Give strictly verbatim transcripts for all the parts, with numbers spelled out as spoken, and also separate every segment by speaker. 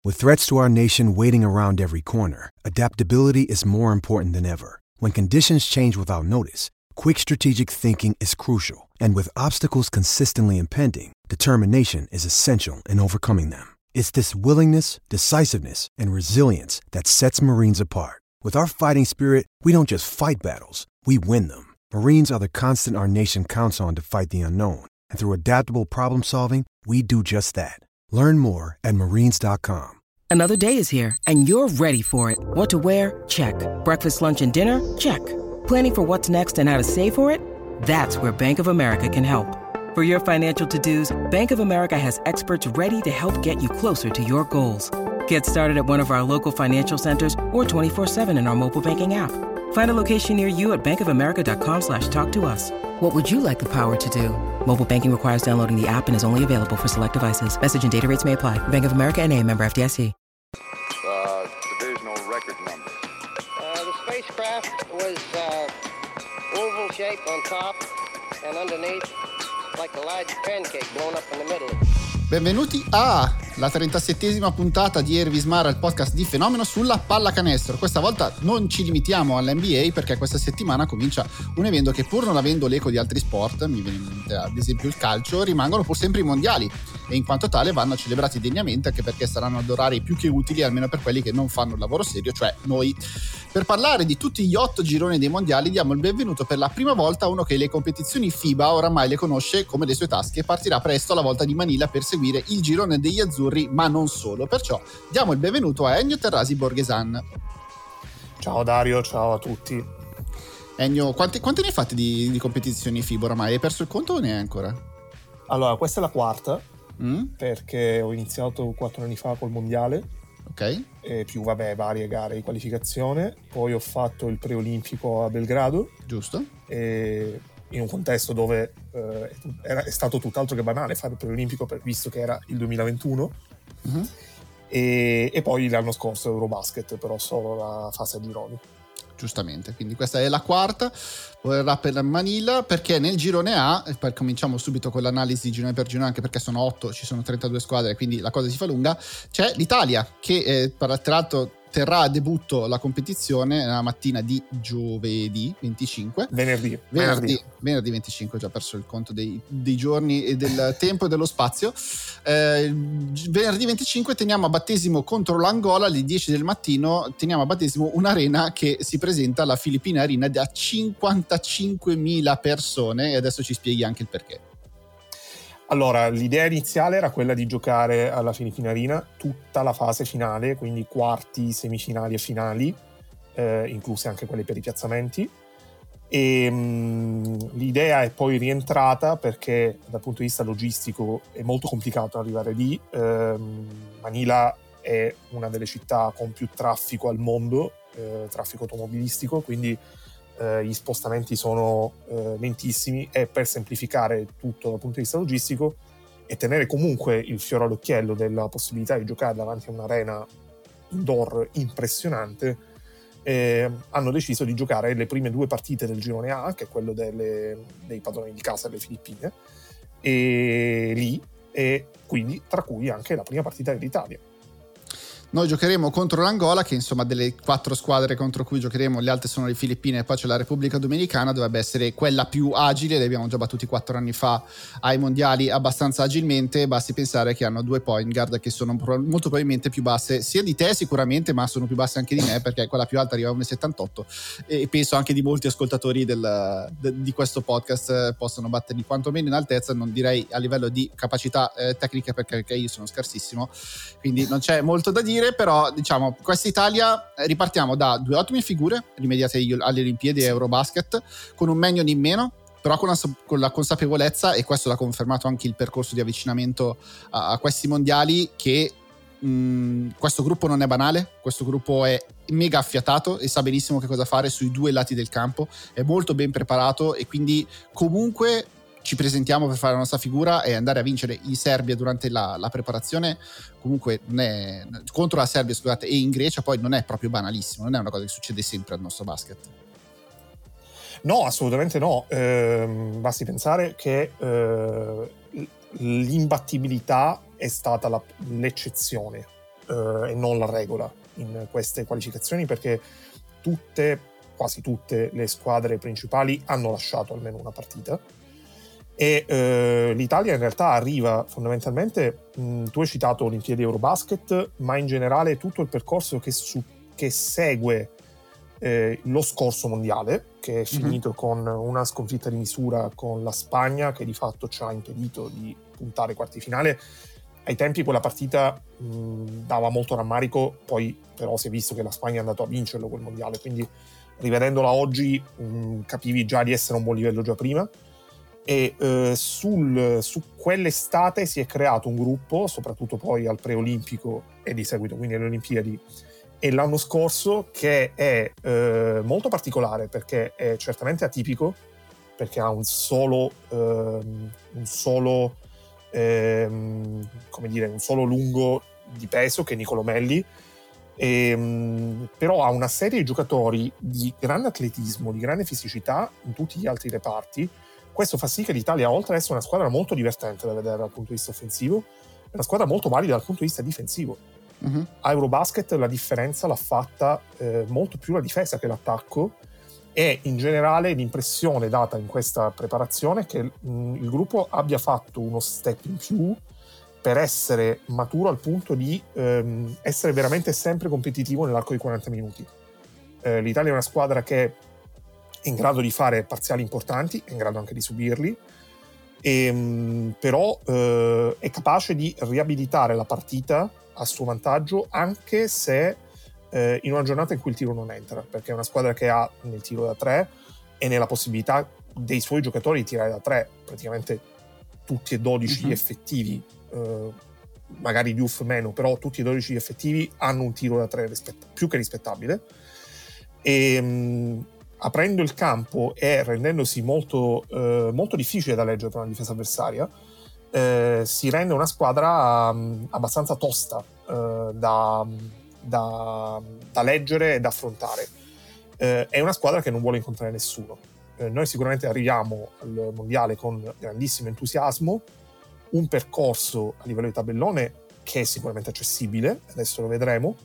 Speaker 1: With threats to our nation waiting around every corner, adaptability is more important than ever. When conditions change without notice, quick strategic thinking is crucial. And with obstacles consistently impending, determination is essential in overcoming them. It's this willingness, decisiveness, and resilience that sets Marines apart. With our fighting spirit, we don't just fight battles, we win them. Marines are the constant our nation counts on to fight the unknown. And through adaptable problem solving, we do just that. Learn more at marines dot com.
Speaker 2: Another day is here, and you're ready for it. What to wear? Check. Breakfast, lunch, and dinner? Check. Planning for what's next and how to save for it? That's where Bank of America can help. For your financial to-dos, Bank of America has experts ready to help get you closer to your goals. Get started at one of our local financial centers or twenty-four seven in our mobile banking app. Find a location near you at bankofamerica.com slash talk to us. What would you like the power to do? Mobile banking requires downloading the app and is only available for select devices. Message and data rates may apply. Bank of America N A, member F D I C.
Speaker 3: Uh, divisional record number.
Speaker 4: Uh, the spacecraft was uh, oval shaped on top and underneath like a large pancake blown up in the middle.
Speaker 5: Benvenuti alla trentasettesima puntata di Air Vismara, il podcast di Fenomeno sulla pallacanestro. Questa volta non ci limitiamo all'N B A perché questa settimana comincia un evento che, pur non avendo l'eco di altri sport, mi viene in mente ad esempio il calcio, rimangono pur sempre i mondiali e in quanto tale vanno celebrati degnamente, anche perché saranno ad orari più che utili, almeno per quelli che non fanno il lavoro serio, cioè noi. Per parlare di tutti gli otto gironi dei mondiali diamo il benvenuto per la prima volta a uno che le competizioni FIBA oramai le conosce come le sue tasche e partirà presto alla volta di Manila per seguire il girone degli azzurri, ma non solo. Perciò diamo il benvenuto a Ennio Terrasi Borghesan.
Speaker 6: Ciao Dario, ciao a tutti.
Speaker 5: Ennio, quanti, quanti ne hai fatti di, di competizioni FIBA oramai? Hai perso il conto o ne hai ancora?
Speaker 6: Allora, questa è la quarta,
Speaker 5: mm?
Speaker 6: perché ho iniziato quattro anni fa col mondiale.
Speaker 5: Ok.
Speaker 6: E più, vabbè, varie gare di qualificazione. Poi ho fatto il preolimpico a Belgrado.
Speaker 5: Giusto.
Speaker 6: E in un contesto dove eh, era, è stato tutt'altro che banale fare il preolimpico, per, visto che era il duemilaventuno.
Speaker 5: Mm-hmm.
Speaker 6: E, e poi l'anno scorso Eurobasket, però solo la fase a gironi.
Speaker 5: Giustamente, quindi questa è la quarta, vorrà per Manila, perché nel girone A, e poi cominciamo subito con l'analisi girone per girone, anche perché sono otto, ci sono trentadue squadre, quindi la cosa si fa lunga. C'è l'Italia che eh, tra l'altro terrà a debutto la competizione la mattina di giovedì venticinque.
Speaker 6: Venerdì.
Speaker 5: Venerdì, venerdì venticinque, ho già perso il conto dei, dei giorni e del tempo e dello spazio. Eh, venerdì venticinque teniamo a battesimo contro l'Angola alle dieci del mattino, teniamo a battesimo un'arena che si presenta alla Filippina Arena da cinquantacinquemila persone e adesso ci spieghi anche il perché.
Speaker 6: Allora, l'idea iniziale era quella di giocare alla Filippina Arena tutta la fase finale, quindi quarti, semifinali e finali, eh, incluse anche quelle per i piazzamenti. E mh, l'idea è poi rientrata perché dal punto di vista logistico è molto complicato arrivare lì. Eh, Manila è una delle città con più traffico al mondo, eh, traffico automobilistico, quindi Uh, gli spostamenti sono uh, lentissimi e per semplificare tutto dal punto di vista logistico e tenere comunque il fiore all'occhiello della possibilità di giocare davanti a un'arena indoor impressionante, eh, hanno deciso di giocare le prime due partite del girone A, che è quello delle, dei padroni di casa delle Filippine, e lì, e quindi tra cui anche la prima partita dell'Italia.
Speaker 5: Noi giocheremo contro l'Angola, che insomma delle quattro squadre contro cui giocheremo, le altre sono le Filippine e poi c'è la Repubblica Dominicana, dovrebbe essere quella più agile, le abbiamo già battuti quattro anni fa ai mondiali abbastanza agilmente, basti pensare che hanno due point guard che sono molto probabilmente più basse sia di te sicuramente, ma sono più basse anche di me perché quella più alta arriva a uno virgola settantotto e penso anche di molti ascoltatori del, de, di questo podcast possono batterli quantomeno in altezza, non direi a livello di capacità eh, tecniche perché, perché io sono scarsissimo, quindi non c'è molto da dire. Però diciamo questa Italia ripartiamo da due ottime figure rimediate alle Olimpiadi e Eurobasket con un Mannion in meno, però con la, con la consapevolezza, e questo l'ha confermato anche il percorso di avvicinamento a, a questi mondiali, che mh, questo gruppo non è banale, questo gruppo è mega affiatato e sa benissimo che cosa fare sui due lati del campo, è molto ben preparato e quindi comunque ci presentiamo per fare la nostra figura e andare a vincere in Serbia durante la, la preparazione, comunque non è, contro la Serbia scusate e in Grecia poi non è proprio banalissimo, non è una cosa che succede sempre al nostro basket.
Speaker 6: No, assolutamente no, eh, basti pensare che eh, l'imbattibilità è stata la, l'eccezione eh, e non la regola in queste qualificazioni, perché tutte, quasi tutte le squadre principali hanno lasciato almeno una partita e eh, l'Italia in realtà arriva fondamentalmente, mh, tu hai citato Olimpiadi Eurobasket, ma in generale tutto il percorso che, su, che segue eh, lo scorso mondiale, che è finito mm-hmm. con una sconfitta di misura con la Spagna, che di fatto ci ha impedito di puntare ai quarti di finale. Ai tempi quella partita mh, dava molto rammarico, poi però si è visto che la Spagna è andata a vincerlo quel mondiale, quindi rivedendola oggi mh, capivi già di essere a un buon livello già prima. E eh, sul, su quell'estate si è creato un gruppo, soprattutto poi al preolimpico e di seguito quindi alle Olimpiadi e l'anno scorso, che è eh, molto particolare perché è certamente atipico, perché ha un solo eh, un solo ehm, come dire un solo lungo di peso che è Niccolò Melli, e, però ha una serie di giocatori di grande atletismo, di grande fisicità in tutti gli altri reparti. Questo fa sì che l'Italia, oltre ad essere una squadra molto divertente da vedere dal punto di vista offensivo, è una squadra molto valida dal punto di vista difensivo. Uh-huh. A Eurobasket la differenza l'ha fatta eh, molto più la difesa che l'attacco, e in generale l'impressione data in questa preparazione è che mh, il gruppo abbia fatto uno step in più per essere maturo al punto di ehm, essere veramente sempre competitivo nell'arco di quaranta minuti. Eh, L'Italia è una squadra che è in grado di fare parziali importanti, è in grado anche di subirli, e, mh, però eh, è capace di riabilitare la partita a suo vantaggio anche se eh, in una giornata in cui il tiro non entra, perché è una squadra che ha nel tiro da tre e nella possibilità dei suoi giocatori di tirare da tre praticamente tutti e dodici uh-huh. effettivi, eh, magari gli U F meno, però tutti e dodici effettivi hanno un tiro da tre rispett- più che rispettabile, e mh, aprendo il campo e rendendosi molto, eh, molto difficile da leggere per una difesa avversaria, eh, si rende una squadra um, abbastanza tosta uh, da, da, da leggere e da affrontare. Eh, è una squadra che non vuole incontrare nessuno. Eh, noi sicuramente arriviamo al mondiale con grandissimo entusiasmo, un percorso a livello di tabellone che è sicuramente accessibile, adesso lo vedremo.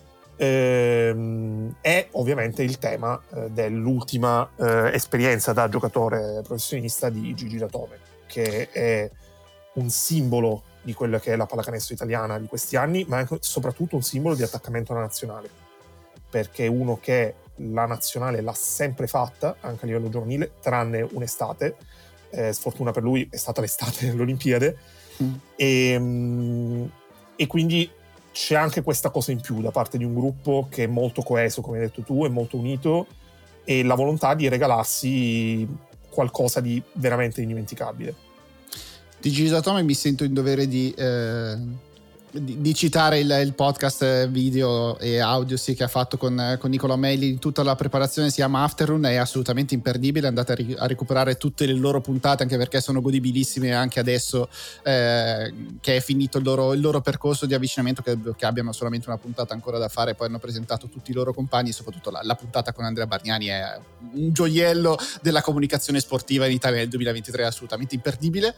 Speaker 6: Ehm, è ovviamente il tema eh, dell'ultima eh, esperienza da giocatore professionista di Gigi Datome, che è un simbolo di quella che è la pallacanestro italiana di questi anni, ma anche soprattutto un simbolo di attaccamento alla nazionale, perché è uno che la nazionale l'ha sempre fatta anche a livello giovanile, tranne un'estate. Eh, sfortuna per lui è stata l'estate delle Olimpiadi, mm. e, e quindi c'è anche questa cosa in più da parte di un gruppo che è molto coeso, come hai detto tu, è molto unito, e la volontà di regalarsi qualcosa di veramente indimenticabile.
Speaker 5: Di Gigi Datome mi sento in dovere di, eh, di, di citare il, il podcast video e audio sì, che ha fatto con, con Niccolò Melli. Tutta la preparazione si chiama Afternoon, è assolutamente imperdibile, andate a, ri, a recuperare tutte le loro puntate, anche perché sono godibilissime anche adesso eh, che è finito il loro, il loro percorso di avvicinamento, che, che abbiano solamente una puntata ancora da fare. Poi hanno presentato tutti i loro compagni, soprattutto la, la puntata con Andrea Bargnani è un gioiello della comunicazione sportiva in Italia nel duemilaventitré, assolutamente imperdibile.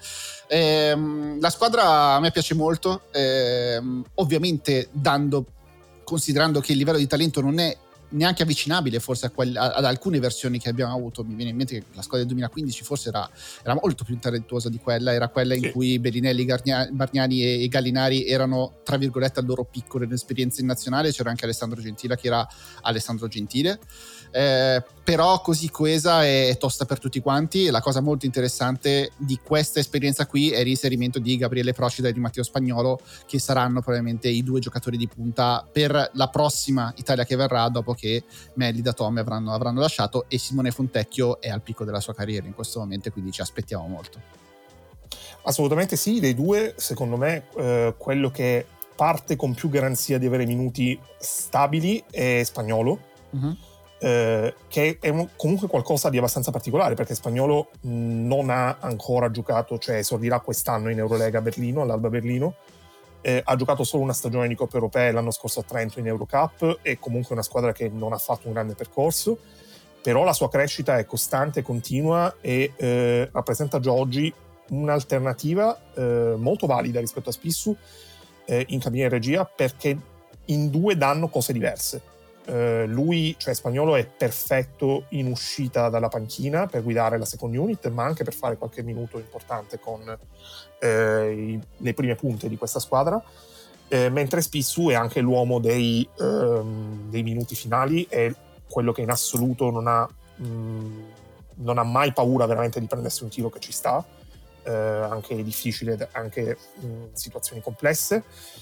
Speaker 5: Ehm, la squadra a me piace molto, ehm, ovviamente dando, considerando che il livello di talento non è neanche avvicinabile forse a quel, a, ad alcune versioni che abbiamo avuto. Mi viene in mente che la squadra del duemilaquindici forse era, era molto più talentuosa di quella, era quella in cui Bellinelli, Garnia, Bargnani e, e Gallinari erano tra virgolette al loro picco nell'esperienza in nazionale. C'era anche Alessandro Gentile che era Alessandro Gentile, eh, però così coesa e tosta per tutti quanti. La cosa molto interessante di questa esperienza qui è l'inserimento di Gabriele Procida e di Matteo Spagnolo, che saranno probabilmente i due giocatori di punta per la prossima Italia che verrà, dopo che Melli, Datome avranno, avranno lasciato, e Simone Fontecchio è al picco della sua carriera in questo momento, quindi ci aspettiamo molto.
Speaker 6: Assolutamente sì, dei due secondo me eh, quello che parte con più garanzia di avere minuti stabili è Spagnolo. Uh-huh. Eh, che è un, comunque qualcosa di abbastanza particolare, perché Spagnolo non ha ancora giocato, cioè esordirà quest'anno in Eurolega a Berlino, all'Alba Berlino, eh, ha giocato solo una stagione di Coppe Europee l'anno scorso a Trento in Eurocup, è comunque una squadra che non ha fatto un grande percorso, però la sua crescita è costante, continua, e eh, rappresenta già oggi un'alternativa eh, molto valida rispetto a Spissu eh, in cabina di regia, perché in due danno cose diverse. Uh, lui, cioè Spagnuolo, è perfetto in uscita dalla panchina per guidare la second unit, ma anche per fare qualche minuto importante con uh, i, le prime punte di questa squadra, uh, mentre Spissu è anche l'uomo dei, uh, dei minuti finali, è quello che in assoluto non ha, mh, non ha mai paura veramente di prendersi un tiro che ci sta, uh, anche difficile, anche in situazioni complesse,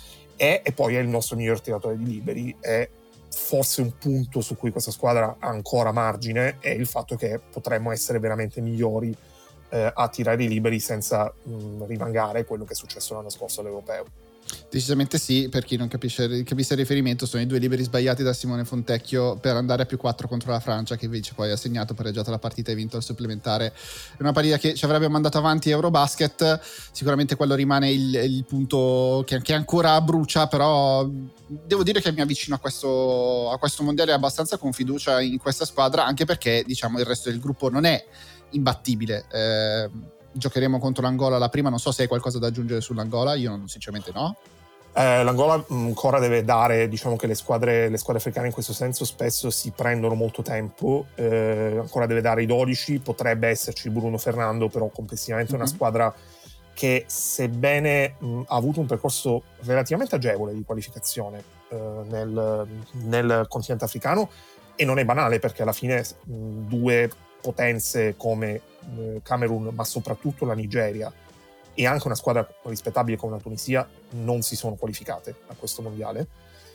Speaker 6: e, e poi è il nostro miglior tiratore di liberi. È forse un punto su cui questa squadra ha ancora margine è il fatto che potremmo essere veramente migliori eh, a tirare i liberi senza mh, rimangare quello che è successo l'anno scorso all'Europeo.
Speaker 5: Decisamente sì, per chi non capisce, capisse il riferimento, sono i due liberi sbagliati da Simone Fontecchio per andare a più quattro contro la Francia, che invece poi ha segnato, pareggiato la partita e vinto il supplementare. È una partita che ci avrebbe mandato avanti Eurobasket, sicuramente quello rimane il, il punto che, che ancora brucia, però devo dire che mi avvicino a questo, a questo mondiale abbastanza con fiducia in questa squadra, anche perché diciamo il resto del gruppo non è imbattibile. eh, Giocheremo contro l'Angola la prima, non so se hai qualcosa da aggiungere sull'Angola, io sinceramente no.
Speaker 6: Eh, L'Angola ancora deve dare, diciamo che le squadre, le squadre africane in questo senso spesso si prendono molto tempo, eh, ancora deve dare i dodici, potrebbe esserci Bruno Fernando, però complessivamente è una mm-hmm. squadra che, sebbene mh, ha avuto un percorso relativamente agevole di qualificazione eh, nel, nel continente africano, e non è banale perché alla fine mh, due potenze come eh, Camerun, ma soprattutto la Nigeria, e anche una squadra rispettabile come la Tunisia non si sono qualificate a questo mondiale.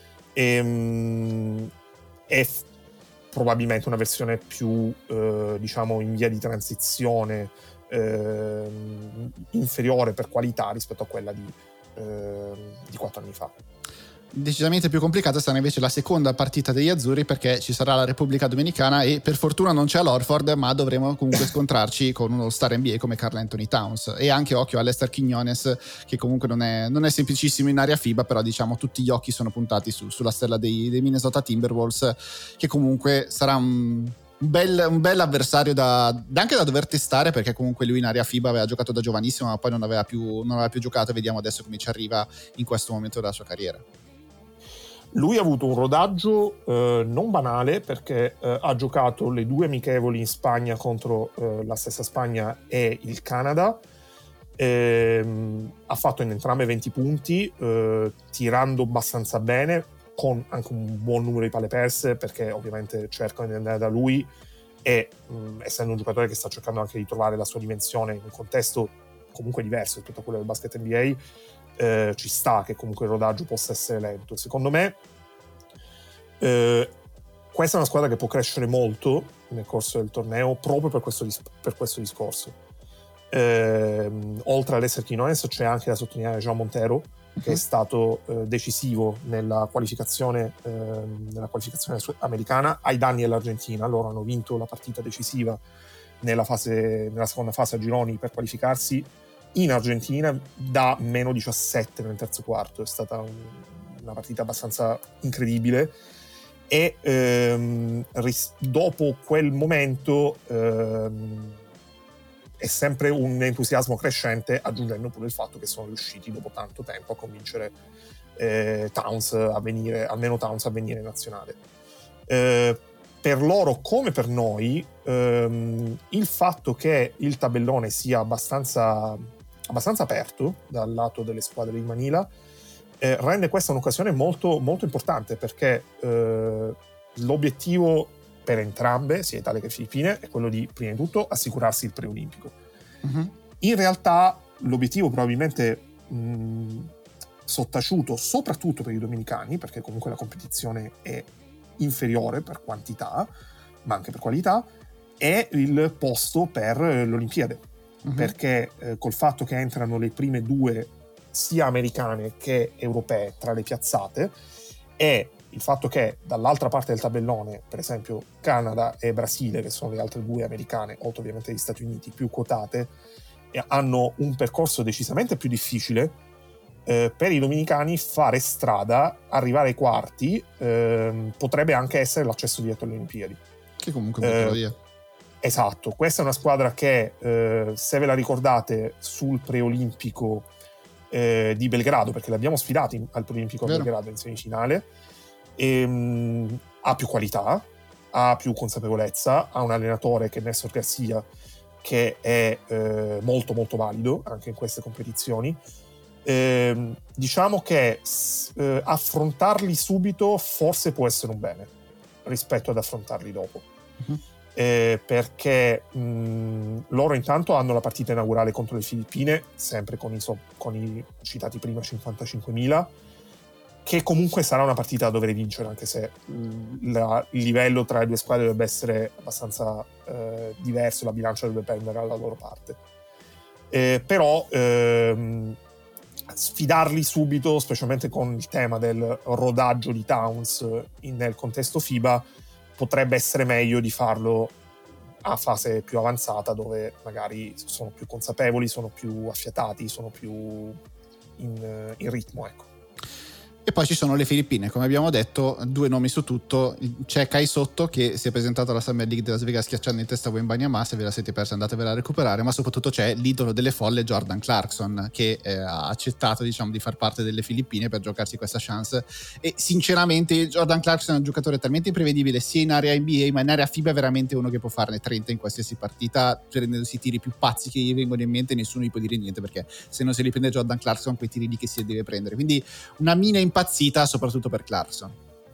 Speaker 6: E, mh, è f- probabilmente una versione più eh, diciamo in via di transizione, eh, inferiore per qualità rispetto a quella di, eh, di quattro anni fa.
Speaker 5: Decisamente più complicata sarà invece la seconda partita degli azzurri, perché ci sarà la Repubblica Dominicana e per fortuna non c'è l'Orford, ma dovremo comunque scontrarci con uno star N B A come Karl Anthony Towns, e anche occhio a Lester Quiñones, che comunque non è, non è semplicissimo in area FIBA, però diciamo tutti gli occhi sono puntati su, sulla stella dei, dei Minnesota Timberwolves, che comunque sarà un Un bel, un bel avversario da, anche da dover testare, perché comunque lui in area FIBA aveva giocato da giovanissimo, ma poi non aveva più, non aveva più giocato, e vediamo adesso come ci arriva in questo momento della sua carriera.
Speaker 6: Lui ha avuto un rodaggio eh, non banale, perché eh, ha giocato le due amichevoli in Spagna contro eh, la stessa Spagna e il Canada, ehm, ha fatto in entrambe venti punti, eh, tirando abbastanza bene, con anche un buon numero di palle perse, perché ovviamente cercano di andare da lui, e mh, essendo un giocatore che sta cercando anche di trovare la sua dimensione in un contesto comunque diverso rispetto a quello del basket N B A, eh, ci sta che comunque il rodaggio possa essere lento. Secondo me eh, questa è una squadra che può crescere molto nel corso del torneo proprio per questo, dis- per questo discorso. Eh, oltre a Lester Quiñones c'è anche da sottolineare Jean Montero, che è stato eh, decisivo nella qualificazione, eh, nella qualificazione americana ai danni dell'Argentina. Loro hanno vinto la partita decisiva nella, fase, nella seconda fase a gironi per qualificarsi in Argentina da meno diciassette nel terzo quarto. È stata un, una partita abbastanza incredibile, e ehm, ris- dopo quel momento ehm, è sempre un entusiasmo crescente, aggiungendo pure il fatto che sono riusciti dopo tanto tempo a convincere eh, Towns a venire, almeno Towns a venire in nazionale. Eh, per loro come per noi ehm, il fatto che il tabellone sia abbastanza, abbastanza aperto dal lato delle squadre di Manila eh, rende questa un'occasione molto, molto importante, perché eh, l'obiettivo per entrambe, sia Italia che Filippine, è quello di, prima di tutto, assicurarsi il preolimpico. Uh-huh. In realtà l'obiettivo probabilmente mh, sottaciuto, soprattutto per i dominicani, perché comunque la competizione è inferiore per quantità, ma anche per qualità, è il posto per l'Olimpiade. Uh-huh. Perché eh, col fatto che entrano le prime due, sia americane che europee, tra le piazzate, e il fatto che dall'altra parte del tabellone, per esempio Canada e Brasile, che sono le altre due americane, oltre ovviamente agli Stati Uniti, più quotate, hanno un percorso decisamente più difficile, eh, per i dominicani fare strada, arrivare ai quarti, eh, potrebbe anche essere l'accesso diretto alle Olimpiadi.
Speaker 5: Che comunque metterò via.
Speaker 6: Esatto, questa è una squadra che, eh, se ve la ricordate, sul preolimpico eh, di Belgrado, perché l'abbiamo sfidati al Preolimpico a Belgrado in semifinale, e, mh, ha più qualità, ha più consapevolezza, ha un allenatore che è Néstor Garcia, che è eh, molto molto valido anche in queste competizioni. Eh, diciamo che eh, affrontarli subito forse può essere un bene rispetto ad affrontarli dopo. Uh-huh. Eh, perché mh, loro intanto hanno la partita inaugurale contro le Filippine, sempre con i, so- con i citati prima cinquantacinquemila, che comunque sarà una partita da dover vincere, anche se mh, la, il livello tra le due squadre dovrebbe essere abbastanza eh, diverso, la bilancia dovrebbe pendere alla loro parte. Eh, però ehm, sfidarli subito, specialmente con il tema del rodaggio di Towns in, nel contesto FIBA, potrebbe essere meglio di farlo a fase più avanzata, dove magari sono più consapevoli, sono più affiatati, sono più in, in ritmo, ecco.
Speaker 5: E poi ci sono le Filippine, come abbiamo detto, due nomi su tutto. C'è Kai Sotto, che si è presentato alla Summer League di Las Vegas schiacciando in testa Wembanyama, se ve la siete persa andatevela a recuperare, ma soprattutto c'è l'idolo delle folle Jordan Clarkson, che eh, ha accettato, diciamo, di far parte delle Filippine per giocarsi questa chance. E sinceramente Jordan Clarkson è un giocatore talmente imprevedibile sia in area N B A ma in area FIBA, è veramente uno che può farne trenta in qualsiasi partita, prendendosi i tiri più pazzi che gli vengono in mente. Nessuno gli può dire niente, perché se non se li prende Jordan Clarkson, quei tiri lì che si deve prendere. Quindi una mina impazzita soprattutto per Clarkson.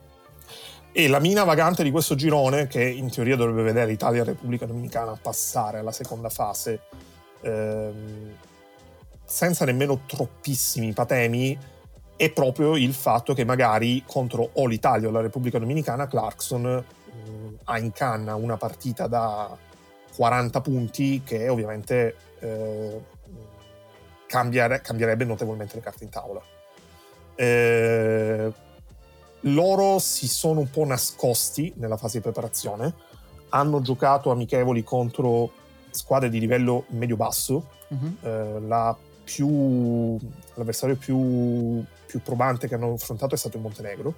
Speaker 6: E la mina vagante di questo girone, che in teoria dovrebbe vedere Italia e Repubblica Dominicana passare alla seconda fase ehm, senza nemmeno troppissimi patemi, è proprio il fatto che magari contro o l'Italia o la Repubblica Dominicana Clarkson eh, ha in canna una partita da quaranta punti che ovviamente eh, cambiare, cambierebbe notevolmente le carte in tavola. Eh, loro si sono un po' nascosti nella fase di preparazione, hanno giocato amichevoli contro squadre di livello medio-basso. Uh-huh. eh, la più, l'avversario più, più probante che hanno affrontato è stato il Montenegro,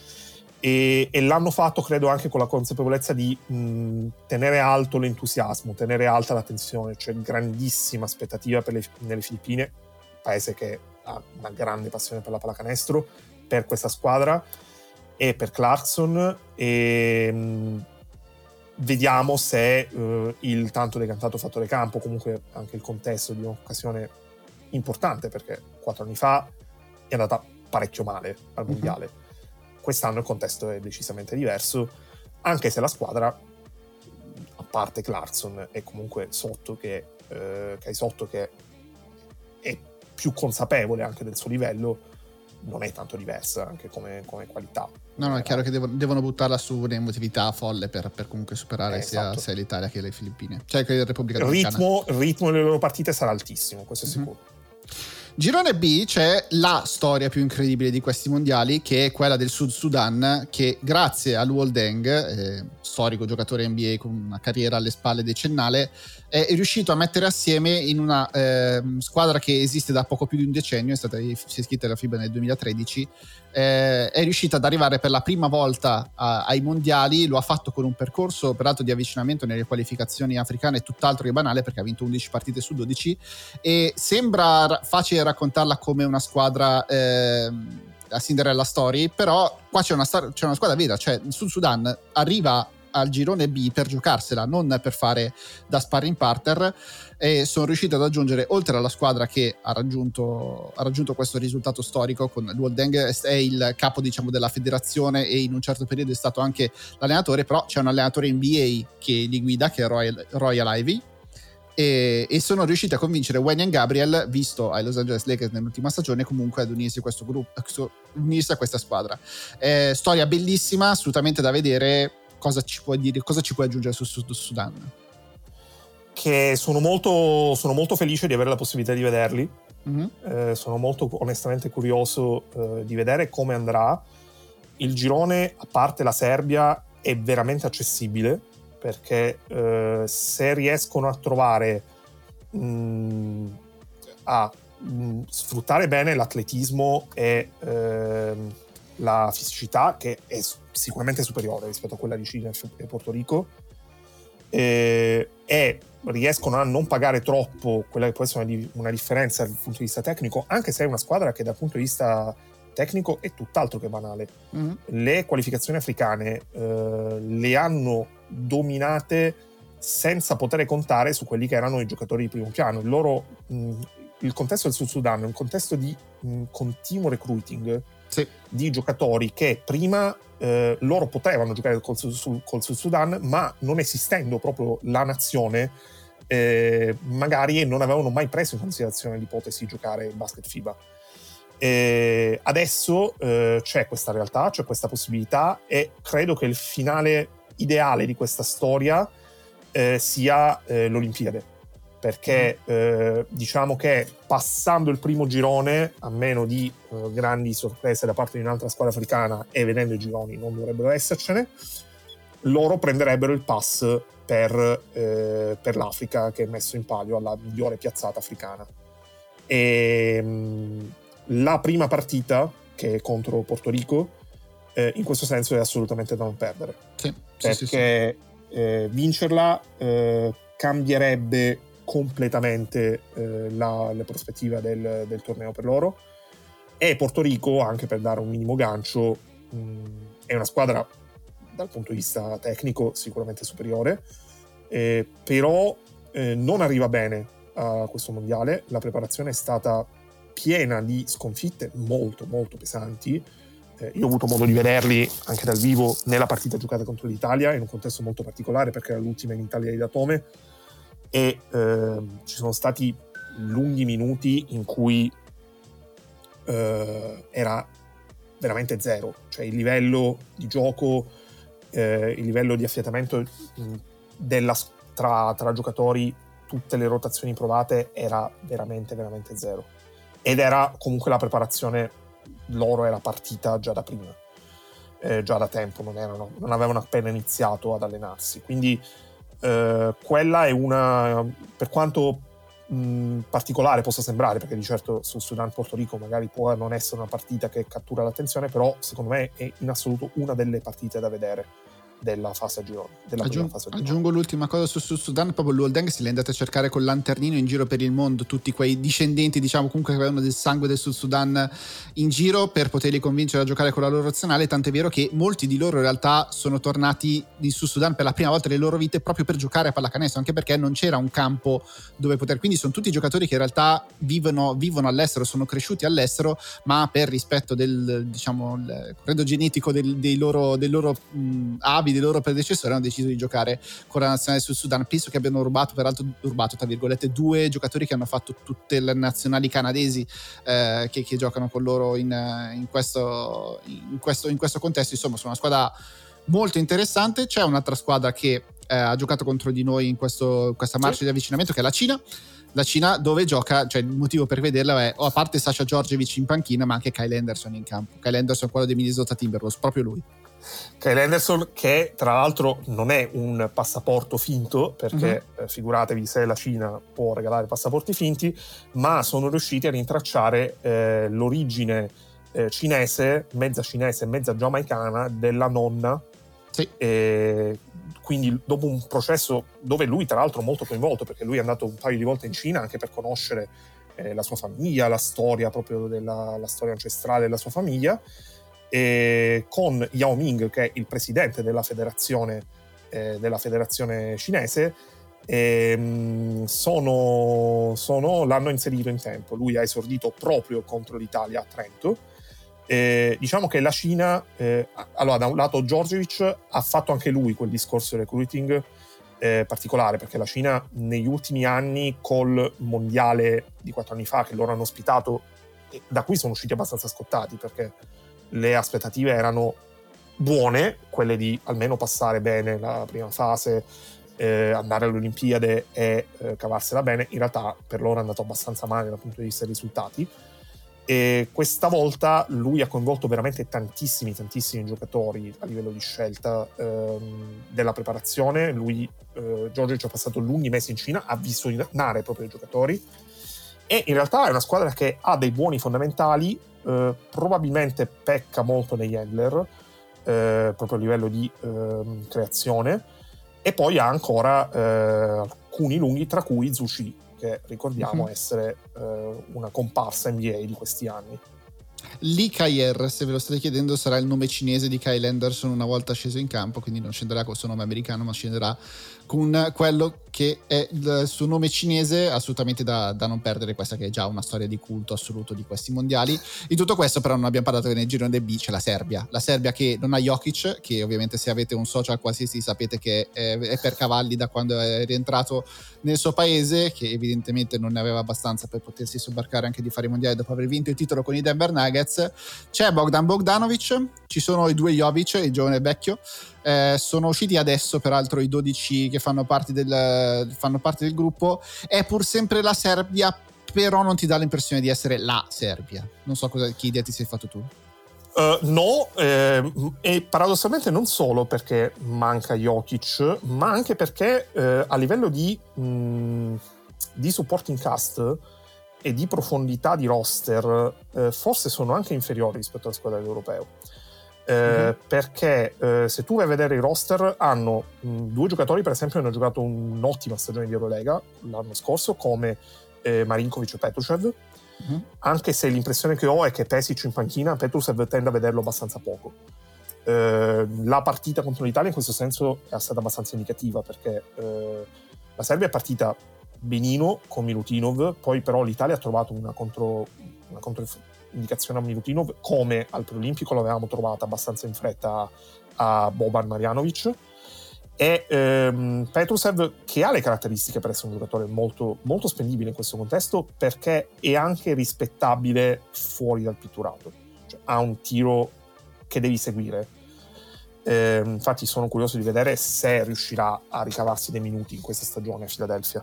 Speaker 6: e, e l'hanno fatto credo anche con la consapevolezza di mh, tenere alto l'entusiasmo, tenere alta la tensione. C'è grandissima aspettativa per le, nelle Filippine, paese che ha una grande passione per la pallacanestro, per questa squadra e per Clarkson, e mh, vediamo se uh, il tanto decantato fattore campo, comunque anche il contesto di un'occasione importante, perché quattro anni fa è andata parecchio male al mondiale. Uh-huh. Quest'anno il contesto è decisamente diverso, anche se la squadra, a parte Clarkson, è comunque sotto che, uh, che è sotto che è più consapevole anche del suo livello, non è tanto diversa anche come, come qualità.
Speaker 5: No, no, è chiaro che devono, devono buttarla su un'emotività folle per, per comunque superare eh, sia, esatto. sia l'Italia che le Filippine, cioè che la Repubblica Dominicana.
Speaker 6: Ritmo, il ritmo delle loro partite sarà altissimo, questo è sicuro. Mm-hmm.
Speaker 5: Girone B c'è la storia più incredibile di questi mondiali, che è quella del Sud Sudan, che grazie a Luol Deng, eh, storico giocatore N B A con una carriera alle spalle decennale, è riuscito a mettere assieme in una eh, squadra che esiste da poco più di un decennio, è stata si è iscritta alla FIBA nel duemilatredici, eh, è riuscita ad arrivare per la prima volta a, ai mondiali. Lo ha fatto con un percorso peraltro di avvicinamento nelle qualificazioni africane tutt'altro che banale, perché ha vinto undici partite su dodici, e sembra facile raccontarla come una squadra eh, a Cinderella Story, però qua c'è una, star- c'è una squadra vera, cioè il Sud Sudan arriva al girone B per giocarsela, non per fare da sparring partner, e sono riusciti ad aggiungere, oltre alla squadra che ha raggiunto, ha raggiunto questo risultato storico, con Luol Deng è il capo, diciamo, della federazione e in un certo periodo è stato anche l'allenatore, però c'è un allenatore N B A che li guida, che è Royal, Royal Ivey, e, e sono riusciti a convincere Wenyan Gabriel, visto ai Los Angeles Lakers nell'ultima stagione, comunque ad unirsi a questo gruppo, unirsi a questa squadra. Eh, storia bellissima, assolutamente da vedere. Cosa ci puoi dire, cosa ci puoi aggiungere su Sud Sudan?
Speaker 6: Che sono molto, sono molto felice di avere la possibilità di vederli. Mm-hmm. Eh, sono molto onestamente curioso eh, di vedere come andrà. Il girone, a parte la Serbia, è veramente accessibile, perché eh, se riescono a trovare mh, a mh, sfruttare bene l'atletismo e eh, la fisicità, che è sicuramente superiore rispetto a quella di Cile e Porto Rico, eh, e riescono a non pagare troppo quella che può essere una, una differenza dal punto di vista tecnico, anche se è una squadra che dal punto di vista tecnico è tutt'altro che banale. Mm-hmm. Le qualificazioni africane eh, le hanno dominate senza poter contare su quelli che erano i giocatori di primo piano. Il loro mh, il contesto del Sud Sudan è un contesto di mh, continuo recruiting, sì, di giocatori che prima eh, loro potevano giocare col, su, col Sud Sudan, ma non esistendo proprio la nazione, eh, magari non avevano mai preso in considerazione l'ipotesi di giocare basket FIBA. E adesso eh, c'è questa realtà, c'è questa possibilità, e credo che il finale ideale di questa storia eh, sia eh, l'Olimpiade, perché eh, diciamo che passando il primo girone, a meno di eh, grandi sorprese da parte di un'altra squadra africana, e vedendo i gironi non dovrebbero essercene, loro prenderebbero il pass per, eh, per l'Africa, che è messo in palio alla migliore piazzata africana. E mh, la prima partita, che è contro Porto Rico, eh, in questo senso è assolutamente da non perdere, sì, perché sì, sì, sì. Eh, vincerla eh, cambierebbe completamente eh, la, la prospettiva del, del torneo per loro. E Porto Rico, anche per dare un minimo gancio, mh, è una squadra dal punto di vista tecnico sicuramente superiore, eh, però eh, non arriva bene a questo mondiale. La preparazione è stata piena di sconfitte molto molto pesanti. Eh, io ho avuto modo di vederli anche dal vivo nella partita giocata contro l'Italia, in un contesto molto particolare perché era l'ultima in Italia di Datome, e eh, ci sono stati lunghi minuti in cui eh, era veramente zero, cioè il livello di gioco, eh, il livello di affiatamento della, tra, tra giocatori, tutte le rotazioni provate era veramente veramente zero, ed era comunque la preparazione loro era partita già da prima, eh, già da tempo, non, erano, non avevano appena iniziato ad allenarsi, quindi Uh, quella è una, per quanto mh, particolare possa sembrare, perché di certo sul Sudan Porto Rico magari può non essere una partita che cattura l'attenzione, però secondo me è in assoluto una delle partite da vedere della fase a girone. Della
Speaker 5: Aggiung-
Speaker 6: fase a girone.
Speaker 5: Aggiungo l'ultima cosa su Sud Sudan, proprio l'Oldeng, se li andate a cercare col lanternino in giro per il mondo, tutti quei discendenti, diciamo, comunque che avevano del sangue del Sud Sudan in giro, per poterli convincere a giocare con la loro nazionale, tant'è vero che molti di loro in realtà sono tornati in Sud Sudan per la prima volta nelle loro vite proprio per giocare a pallacanestro, anche perché non c'era un campo dove poter, quindi sono tutti giocatori che in realtà vivono, vivono all'estero, sono cresciuti all'estero, ma per rispetto del, diciamo, il credo genetico del, dei loro, dei loro mh, avi, dei loro predecessori, hanno deciso di giocare con la nazionale sul Sudan. Penso che abbiano rubato, peraltro rubato tra virgolette, due giocatori che hanno fatto tutte le nazionali canadesi eh, che, che giocano con loro in, in, questo, in, questo, in questo contesto. Insomma, sono una squadra molto interessante. C'è un'altra squadra che eh, ha giocato contro di noi in questo, questa marcia sì. di avvicinamento, che è la Cina. La Cina, dove gioca, cioè il motivo per vederla è, oh, a parte Sasha Djordjevic in panchina, ma anche Kyle Anderson in campo. Kyle Anderson, quello dei Minnesota Timberwolves, proprio lui.
Speaker 6: Kyle Anderson, che tra l'altro non è un passaporto finto, perché uh-huh. eh, figuratevi se la Cina può regalare passaporti finti, ma sono riusciti a rintracciare eh, l'origine eh, cinese, mezza cinese e mezza giamaicana della nonna. Sì. E quindi dopo un processo dove lui tra l'altro molto coinvolto, perché lui è andato un paio di volte in Cina anche per conoscere eh, la sua famiglia, la storia proprio della la storia ancestrale della sua famiglia, e con Yao Ming, che è il presidente della federazione eh, della federazione cinese, e, sono, sono, l'hanno inserito in tempo. Lui ha esordito proprio contro l'Italia a Trento. E diciamo che la Cina, eh, allora da un lato Djordjevic ha fatto anche lui quel discorso di recruiting eh, particolare, perché la Cina negli ultimi anni col mondiale di quattro anni fa che loro hanno ospitato, da cui sono usciti abbastanza scottati, perché le aspettative erano buone, quelle di almeno passare bene la prima fase, eh, andare alle Olimpiadi e eh, cavarsela bene. In realtà per loro è andato abbastanza male dal punto di vista dei risultati, e questa volta lui ha coinvolto veramente tantissimi tantissimi giocatori a livello di scelta ehm, della preparazione. Lui, eh, Djordjevic, ha passato lunghi mesi in Cina a visionare proprio i giocatori, e in realtà è una squadra che ha dei buoni fondamentali. Uh, probabilmente pecca molto negli handler, uh, proprio a livello di uh, creazione, e poi ha ancora eh, alcuni lunghi, tra cui Zhu Shi, che ricordiamo mm-hmm. essere eh, una comparsa N B A di questi anni.
Speaker 5: Lee Kyer, se ve lo state chiedendo, sarà il nome cinese di Kyle Anderson una volta sceso in campo, quindi non scenderà col suo nome americano, ma scenderà con quello che è il suo nome cinese, assolutamente da, da non perdere, questa che è già una storia di culto assoluto di questi mondiali. Di tutto questo però non abbiamo parlato nel girone del B, c'è la Serbia, la Serbia che non ha Jokic, che ovviamente se avete un social qualsiasi sapete che è, è per cavalli da quando è rientrato nel suo paese, che evidentemente non ne aveva abbastanza per potersi sobbarcare anche di fare i mondiali dopo aver vinto il titolo con i Denver Nuggets. C'è Bogdan Bogdanovic, ci sono i due Jovic, il giovane e il vecchio. Eh, sono usciti adesso peraltro i dodici che fanno parte del, fanno parte del gruppo. È pur sempre la Serbia, però non ti dà l'impressione di essere la Serbia. Non so cosa, che idea ti sei fatto tu.
Speaker 6: Uh, no, eh, e paradossalmente non solo perché manca Jokic, ma anche perché eh, a livello di, mh, di supporting cast e di profondità di roster eh, forse sono anche inferiori rispetto alla squadra dell'Europeo. Eh, mm-hmm. Perché eh, se tu vai a vedere i roster hanno mh, due giocatori per esempio che hanno giocato un'ottima stagione di Eurolega l'anno scorso, come eh, Marinkovic e Petrusev, mm-hmm. anche se l'impressione che ho è che Pesic in panchina, Petrusev tende a vederlo abbastanza poco. Eh, la partita contro l'Italia in questo senso è stata abbastanza indicativa, perché eh, la Serbia è partita benino con Milutinov, poi però l'Italia ha trovato una contro una controindicazione a Milutinov, come al preolimpico l'avevamo trovata abbastanza in fretta a Boban Marjanovic, e ehm, Petrusev, che ha le caratteristiche per essere un giocatore molto, molto spendibile in questo contesto, perché è anche rispettabile fuori dal pitturato, cioè ha un tiro che devi seguire. Eh, infatti sono curioso di vedere se riuscirà a ricavarsi dei minuti in questa stagione a Philadelphia.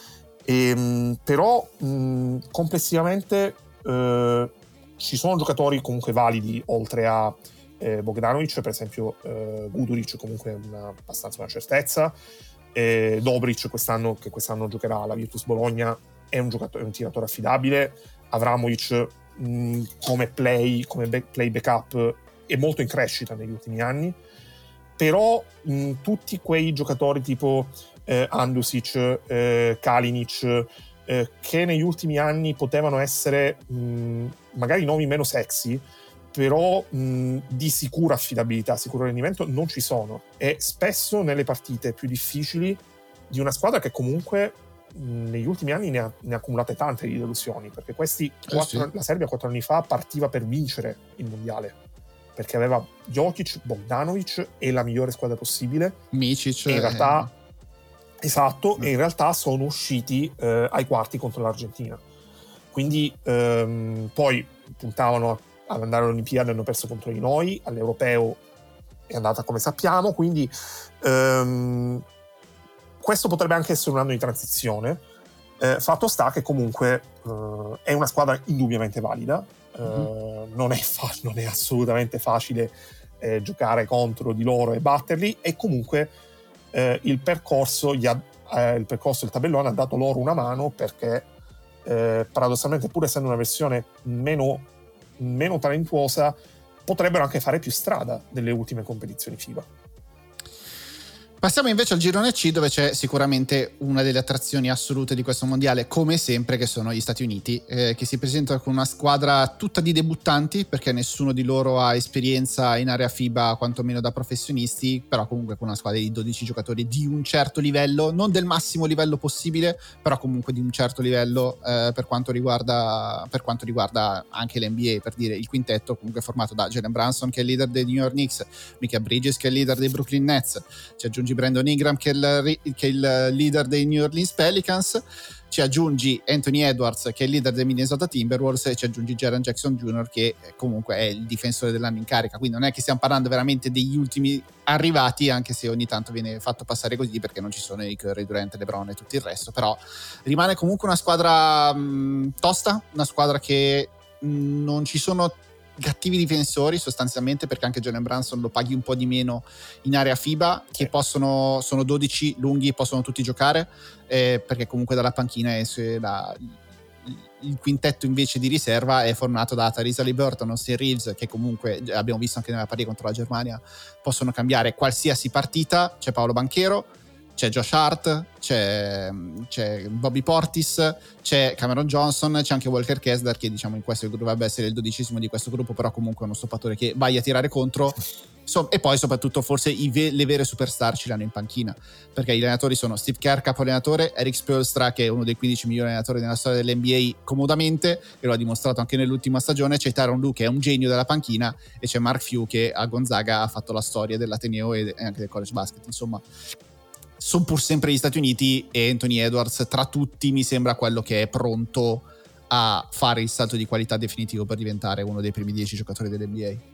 Speaker 6: E, però mh, complessivamente eh, ci sono giocatori comunque validi oltre a eh, Bogdanovic, per esempio eh, Guduric comunque è una, abbastanza una certezza, eh, Dobric quest'anno, che quest'anno giocherà alla Virtus Bologna, è un giocatore, è un tiratore affidabile. Avramovic mh, come play come back, play backup è molto in crescita negli ultimi anni, però mh, tutti quei giocatori tipo eh, Andusic, eh, Kalinic, eh, che negli ultimi anni potevano essere mh, magari nomi meno sexy, però mh, di sicura affidabilità, sicuro rendimento, non ci sono, e spesso nelle partite più difficili di una squadra che comunque mh, negli ultimi anni ne ha, ne ha accumulate tante di delusioni, perché questi quattro, eh sì. la Serbia quattro anni fa partiva per vincere il mondiale, perché aveva Jokic, Bogdanovic e la migliore squadra possibile,
Speaker 5: Micic,
Speaker 6: e in realtà
Speaker 5: eh.
Speaker 6: esatto, e in realtà sono usciti eh, ai quarti contro l'Argentina, quindi ehm, poi puntavano a ad andare alle Olimpiadi, hanno perso contro di noi, all'Europeo è andata come sappiamo, quindi ehm, questo potrebbe anche essere un anno di transizione. Eh, fatto sta che comunque eh, è una squadra indubbiamente valida, eh, mm-hmm. non, è fa- non è assolutamente facile eh, giocare contro di loro e batterli, e comunque eh, il percorso gli ha, eh, il percorso del tabellone ha dato loro una mano, perché eh, paradossalmente, pur essendo una versione meno meno talentuosa, potrebbero anche fare più strada delle ultime competizioni FIBA.
Speaker 5: Passiamo invece al girone C, dove c'è sicuramente una delle attrazioni assolute di questo mondiale, come sempre, che sono gli Stati Uniti, eh, che si presentano con una squadra tutta di debuttanti, perché nessuno di loro ha esperienza in area FIBA, quantomeno da professionisti, però comunque con una squadra di dodici giocatori di un certo livello, non del massimo livello possibile, però comunque di un certo livello eh, per quanto riguarda per quanto riguarda anche l'N B A. Per dire, il quintetto comunque formato da Jalen Brunson, che è il leader dei New York Knicks, Mikal Bridges, che è il leader dei Brooklyn Nets, ci aggiunge Brandon Ingram, che è, il, che è il leader dei New Orleans Pelicans, ci aggiungi Anthony Edwards, che è il leader dei Minnesota Timberwolves, e ci aggiungi Jaren Jackson Junior, che comunque è il difensore dell'anno in carica. Quindi non è che stiamo parlando veramente degli ultimi arrivati, anche se ogni tanto viene fatto passare così perché non ci sono i Curry, Durant, LeBron e tutto il resto, però rimane comunque una squadra mh, tosta, una squadra che mh, non ci sono cattivi difensori sostanzialmente, perché anche Jalen Brunson lo paghi un po' di meno in area FIBA, che sì. possono sono dodici lunghi, possono tutti giocare, eh, perché comunque dalla panchina esce la, il quintetto invece di riserva è formato da Tyrese Haliburton, Austin Reeves, che comunque abbiamo visto anche nella partita contro la Germania possono cambiare qualsiasi partita. C'è Paolo Banchero, c'è Josh Hart, c'è, c'è Bobby Portis, c'è Cameron Johnson, c'è anche Walker Kessler, che diciamo in questo dovrebbe essere il dodicesimo di questo gruppo, però comunque è uno stoppatore che vai a tirare contro. So, e poi soprattutto forse i ve- le vere superstar ce l'hanno in panchina, perché gli allenatori sono Steve Kerr, capo allenatore, Eric Spoelstra, che è uno dei quindici migliori allenatori nella storia dell'N B A comodamente, e lo ha dimostrato anche nell'ultima stagione, c'è Tyronn Lue, che è un genio della panchina, e c'è Mark Few, che a Gonzaga ha fatto la storia dell'Ateneo e anche del college basket. Insomma, sono pur sempre gli Stati Uniti, e Anthony Edwards tra tutti mi sembra quello che è pronto a fare il salto di qualità definitivo per diventare uno dei primi dieci giocatori dell'N B A.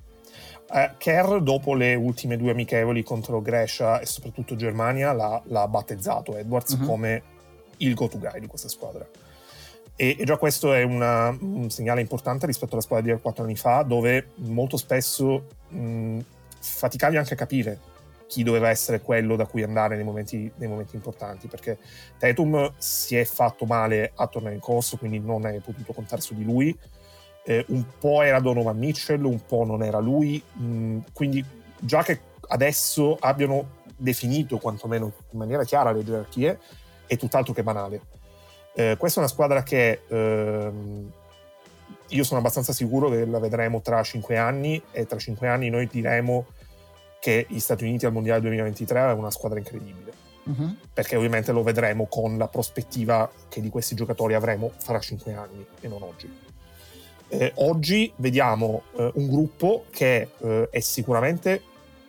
Speaker 6: Uh, Kerr, dopo le ultime due amichevoli contro Grecia e soprattutto Germania, l'ha, l'ha battezzato Edwards uh-huh. come il go-to guy di questa squadra. E, e già questo è una, un segnale importante rispetto alla squadra di quattro anni fa, dove molto spesso mh, faticavi anche a capire chi doveva essere quello da cui andare nei momenti, nei momenti importanti, perché Tatum si è fatto male a tornare in corso, quindi non hai potuto contare su di lui. Eh, un po' era Donovan Mitchell, un po' non era lui, mh, quindi già che adesso abbiano definito quantomeno in maniera chiara le gerarchie è tutt'altro che banale. Eh, questa è una squadra che ehm, io sono abbastanza sicuro che la vedremo tra cinque anni, e tra cinque anni noi diremo che gli Stati Uniti al Mondiale duemilaventitré è una squadra incredibile, uh-huh. perché ovviamente lo vedremo con la prospettiva che di questi giocatori avremo fra cinque anni e non oggi. Eh, oggi vediamo eh, un gruppo che eh, è sicuramente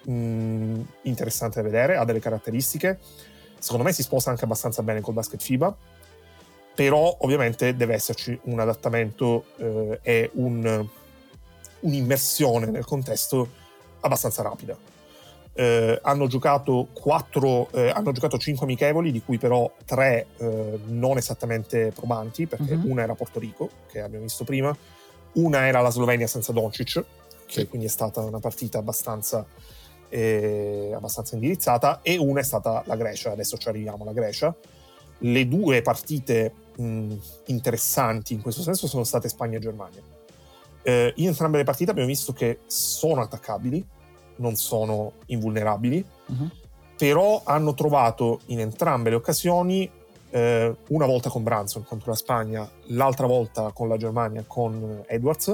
Speaker 6: mh, interessante da vedere, ha delle caratteristiche, secondo me si sposa anche abbastanza bene col basket FIBA, però ovviamente deve esserci un adattamento eh, e un, un'immersione nel contesto abbastanza rapida. Eh, hanno giocato quattro, eh, hanno giocato cinque amichevoli, di cui però tre eh, non esattamente probanti, perché uh-huh. una era Porto Rico, che abbiamo visto prima, una era la Slovenia senza Doncic, che quindi è stata una partita abbastanza, eh, abbastanza indirizzata, e una è stata la Grecia. Adesso ci arriviamo alla Grecia. Le due partite mh, interessanti in questo senso sono state Spagna e Germania. Eh, in entrambe le partite abbiamo visto che sono attaccabili, non sono invulnerabili, uh-huh. però hanno trovato in entrambe le occasioni, eh, una volta con Brunson contro la Spagna, l'altra volta con la Germania con Edwards,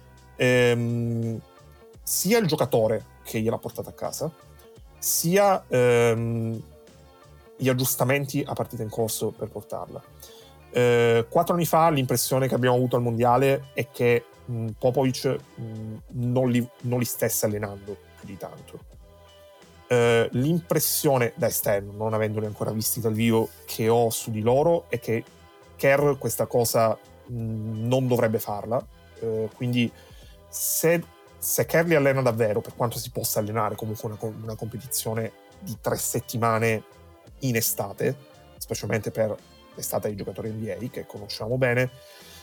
Speaker 6: ehm, sia il giocatore che gliel'ha portata a casa, sia ehm, gli aggiustamenti a partita in corso per portarla. Eh, quattro anni fa l'impressione che abbiamo avuto al Mondiale è che mh, Popovic mh, non, li, non li stesse allenando più di tanto. Uh, l'impressione da esterno, non avendoli ancora visti dal vivo, che ho su di loro è che Kerr questa cosa mh, non dovrebbe farla, uh, quindi se, se Kerr li allena davvero, per quanto si possa allenare comunque una, una competizione di tre settimane in estate, specialmente per l'estate dei giocatori N B A che conosciamo bene,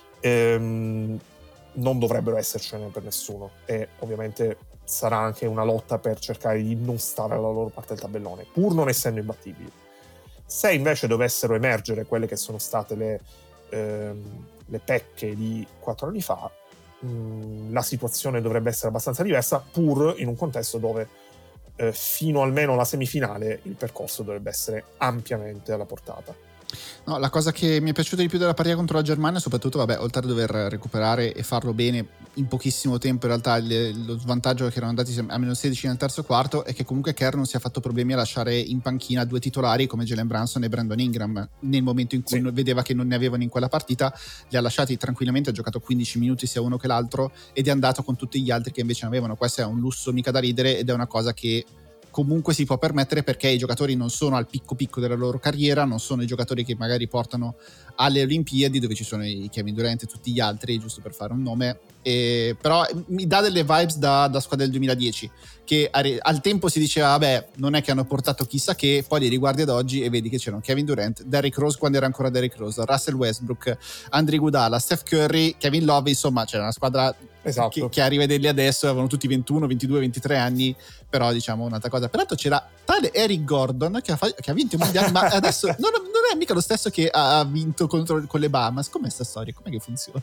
Speaker 6: ehm, non dovrebbero essercene per nessuno, e ovviamente sarà anche una lotta per cercare di non stare alla loro parte del tabellone, pur non essendo imbattibili. Se invece dovessero emergere quelle che sono state le, ehm, le pecche di quattro anni fa, mh, la situazione dovrebbe essere abbastanza diversa, pur in un contesto dove eh, fino almeno alla semifinale il percorso dovrebbe essere ampiamente alla portata.
Speaker 5: No, la cosa che mi è piaciuta di più della partita contro la Germania, soprattutto, vabbè, oltre a dover recuperare e farlo bene in pochissimo tempo, in realtà il, lo svantaggio che erano andati a meno sedici nel terzo quarto, è che comunque Kerr non si è fatto problemi a lasciare in panchina due titolari come Jalen Brunson e Brandon Ingram. Nel momento in cui sì. vedeva che non ne avevano in quella partita, li ha lasciati tranquillamente, ha giocato quindici minuti sia uno che l'altro, ed è andato con tutti gli altri che invece ne avevano. Questo è un lusso mica da ridere, ed è una cosa che comunque si può permettere, perché i giocatori non sono al picco picco della loro carriera, non sono i giocatori che magari portano alle Olimpiadi, dove ci sono i Kevin Durant e tutti gli altri, giusto per fare un nome, e, però mi dà delle vibes da, da squadra del duemiladodici, che al tempo si diceva vabbè, non è che hanno portato chissà che, poi li riguardi ad oggi e vedi che c'erano Kevin Durant, Derrick Rose quando era ancora Derrick Rose, Russell Westbrook, Andre Iguodala, Steph Curry, Kevin Love, insomma c'era una squadra esatto. che, che a rivederli adesso avevano tutti ventuno, ventidue, ventitré anni, però diciamo un'altra cosa. Peraltro c'era tale Eric Gordon che ha, fa- che ha vinto i mondiali, ma adesso non, non è mica lo stesso che ha vinto contro con le Bahamas. Com'è sta storia? Com'è che funziona?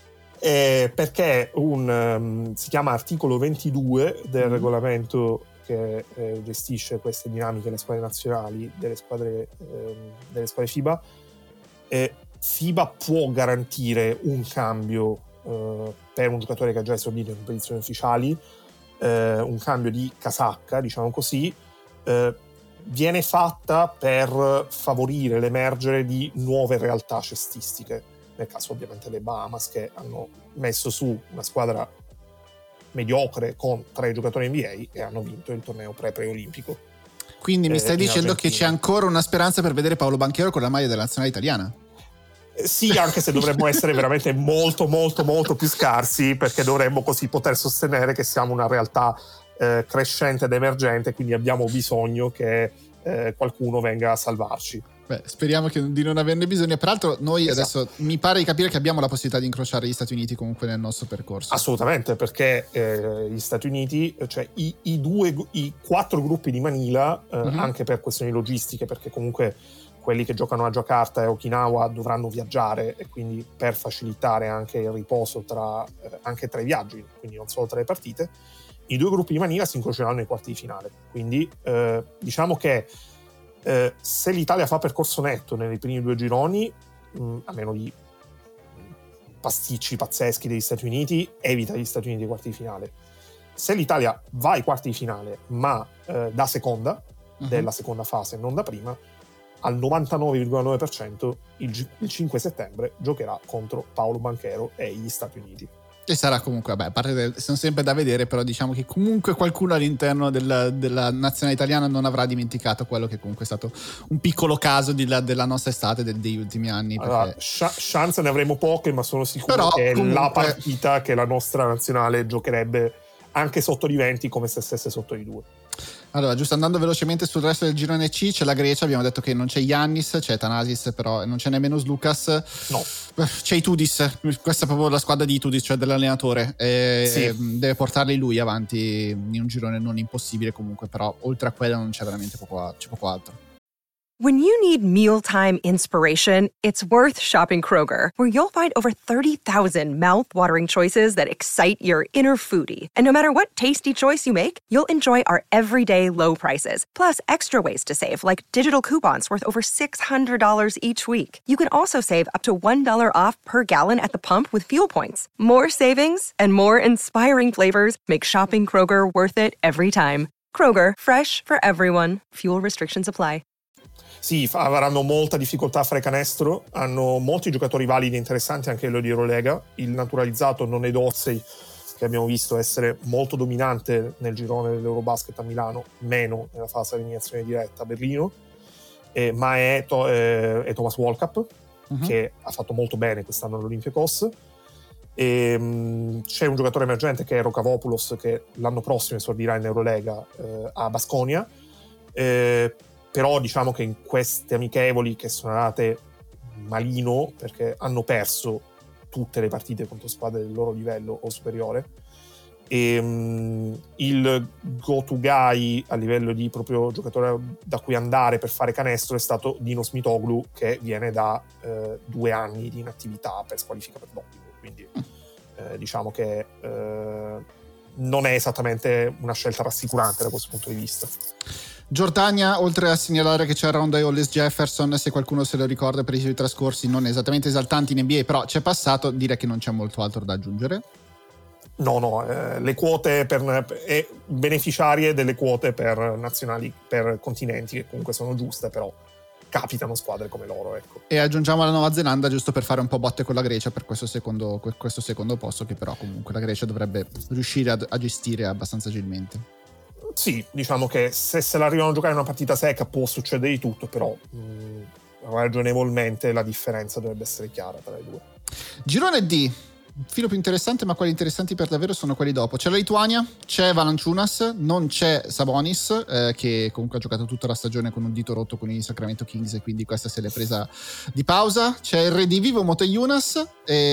Speaker 6: Eh, perché un um, si chiama articolo ventidue del mm. regolamento che che eh, gestisce queste dinamiche, le squadre nazionali delle squadre, eh, delle squadre FIBA, eh, FIBA può garantire un cambio eh, per un giocatore che ha già esordito in competizioni ufficiali, eh, un cambio di casacca, diciamo così, eh, viene fatta per favorire l'emergere di nuove realtà cestistiche, nel caso ovviamente le Bahamas, che hanno messo su una squadra mediocre con tre giocatori N B A e hanno vinto il torneo pre-preolimpico.
Speaker 5: Quindi mi stai
Speaker 6: eh,
Speaker 5: dicendo che c'è ancora una speranza per vedere Paolo Banchero con la maglia della nazionale italiana?
Speaker 6: Eh, sì, anche se dovremmo essere veramente molto molto molto più scarsi, perché dovremmo così poter sostenere che siamo una realtà eh, crescente ed emergente, quindi abbiamo bisogno che eh, qualcuno venga a salvarci.
Speaker 5: Beh, speriamo che, di non averne bisogno. Peraltro noi
Speaker 6: esatto.
Speaker 5: adesso mi pare di capire che abbiamo la possibilità di incrociare gli Stati Uniti comunque nel nostro percorso.
Speaker 6: Assolutamente, perché eh, gli Stati Uniti, cioè i, i due i quattro gruppi di Manila, eh, uh-huh. anche per questioni logistiche, perché comunque quelli che giocano a Jakarta e Okinawa dovranno viaggiare, e quindi per facilitare anche il riposo tra eh, anche tra i viaggi, quindi non solo tra le partite, i due gruppi di Manila si incroceranno nei quarti di finale. Quindi eh, diciamo che Eh, se l'Italia fa percorso netto nei primi due gironi, mh, a meno di pasticci pazzeschi degli Stati Uniti, evita gli Stati Uniti ai quarti di finale. Se l'Italia va ai quarti di finale ma eh, da seconda, uh-huh. della seconda fase, non da prima, al novantanove virgola nove per cento il, il cinque settembre giocherà contro Paolo Banchero e gli Stati Uniti.
Speaker 5: E sarà comunque, vabbè, a parte del, sono sempre da vedere, però diciamo che comunque qualcuno all'interno della, della nazionale italiana non avrà dimenticato quello che comunque è stato un piccolo caso di la, della nostra estate del, degli ultimi anni.
Speaker 6: Allora,
Speaker 5: perché...
Speaker 6: chance ne avremo poche, ma sono sicuro
Speaker 5: però,
Speaker 6: che è
Speaker 5: comunque...
Speaker 6: la partita che la nostra nazionale giocherebbe anche sotto di venti, come se stesse sotto di due.
Speaker 5: Allora, giusto andando velocemente sul resto del girone C, c'è la Grecia, abbiamo detto che non c'è Giannis, c'è Thanasis, però non c'è nemmeno Slukas.
Speaker 6: No.
Speaker 5: C'è Itudis, questa è proprio la squadra di Itudis, cioè dell'allenatore, e
Speaker 6: sì.
Speaker 5: deve portarli lui avanti in un girone non impossibile comunque, però oltre a quello non c'è veramente poco, c'è poco altro.
Speaker 7: When you need mealtime inspiration, it's worth shopping Kroger, where you'll find over thirty thousand mouth-watering choices that excite your inner foodie. And no matter what tasty choice you make, you'll enjoy our everyday low prices, plus extra ways to save, like digital coupons worth over six hundred dollars each week. You can also save up to one dollar off per gallon at the pump with fuel points. More savings and more inspiring flavors make shopping Kroger worth it every time. Kroger, fresh for everyone. Fuel restrictions apply.
Speaker 6: Sì, avranno molta difficoltà a fare canestro, hanno molti giocatori validi e interessanti anche quello di Eurolega. Il naturalizzato None Dorsey, che abbiamo visto essere molto dominante nel girone dell'Eurobasket a Milano, meno nella fase di eliminazione diretta a Berlino, eh, ma è, to- eh, è Thomas Walkup, uh-huh. che ha fatto molto bene quest'anno all'Olympiakos. E, mh, c'è un giocatore emergente che è Rokavopoulos, che l'anno prossimo esordirà in Eurolega eh, a Baskonia. Eh, però diciamo che in queste amichevoli, che sono andate malino perché hanno perso tutte le partite contro squadre del loro livello o superiore, e um, il go-to guy a livello di proprio giocatore da cui andare per fare canestro è stato Dino Smitoglu, che viene da uh, due anni di inattività per squalifica per doping, quindi uh, diciamo che uh, non è esattamente una scelta rassicurante da questo punto di vista.
Speaker 5: Giordania, oltre a segnalare che c'è Ronda Hollis Jefferson, se qualcuno se lo ricorda per i suoi trascorsi non esattamente esaltanti in N B A, però c'è passato, direi che non c'è molto altro da aggiungere.
Speaker 6: No, no, eh, le quote per eh, beneficiarie delle quote per nazionali, per continenti, che comunque sono giuste, però capitano squadre come loro, ecco.
Speaker 5: E aggiungiamo la Nuova Zelanda giusto per fare un po' botte con la Grecia per questo secondo, questo secondo posto, che però comunque la Grecia dovrebbe riuscire a, a gestire abbastanza agilmente.
Speaker 6: Sì, diciamo che se se la arrivano a giocare in una partita secca può succedere di tutto, però mh, ragionevolmente la differenza dovrebbe essere chiara tra i due.
Speaker 5: Girone D, filo più interessante, ma quelli interessanti per davvero sono quelli dopo. C'è la Lituania, c'è Valanciunas, non c'è Sabonis, eh, che comunque ha giocato tutta la stagione con un dito rotto con i Sacramento Kings, e quindi questa se l'è presa di pausa. C'è il redivivo Motiejunas.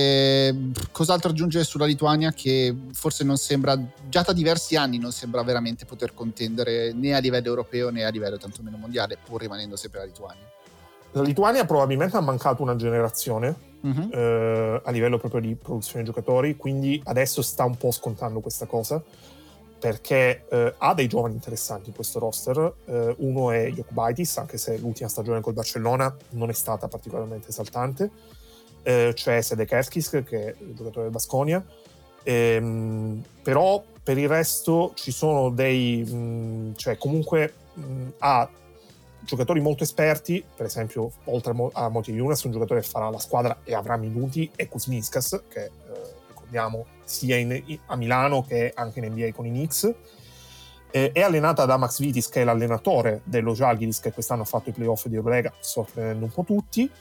Speaker 5: E cos'altro aggiungere sulla Lituania, che forse non sembra, già da diversi anni non sembra veramente poter contendere né a livello europeo né a livello tantomeno mondiale, pur rimanendo sempre la Lituania.
Speaker 6: La Lituania probabilmente ha mancato una generazione uh-huh. eh, a livello proprio di produzione di giocatori, quindi adesso sta un po' scontando questa cosa. perché eh, ha dei giovani interessanti in questo roster. Eh, uno è Jokubaitis, anche se l'ultima stagione col Barcellona non è stata particolarmente esaltante. Eh, c'è Sedekerskis, che è il giocatore del Baskonia. Ehm, però per il resto ci sono dei... Mh, cioè comunque mh, ha giocatori molto esperti, per esempio oltre a Monty Younes, un giocatore che farà la squadra e avrà minuti, è Kuzminskas, che eh, ricordiamo sia in, a Milano che anche in N B A con i Knicks. Eh, è allenata da Max Vitis, che è l'allenatore dello Žalgiris, che quest'anno ha fatto i playoff di Eurolega, sorprendendo un po' tutti.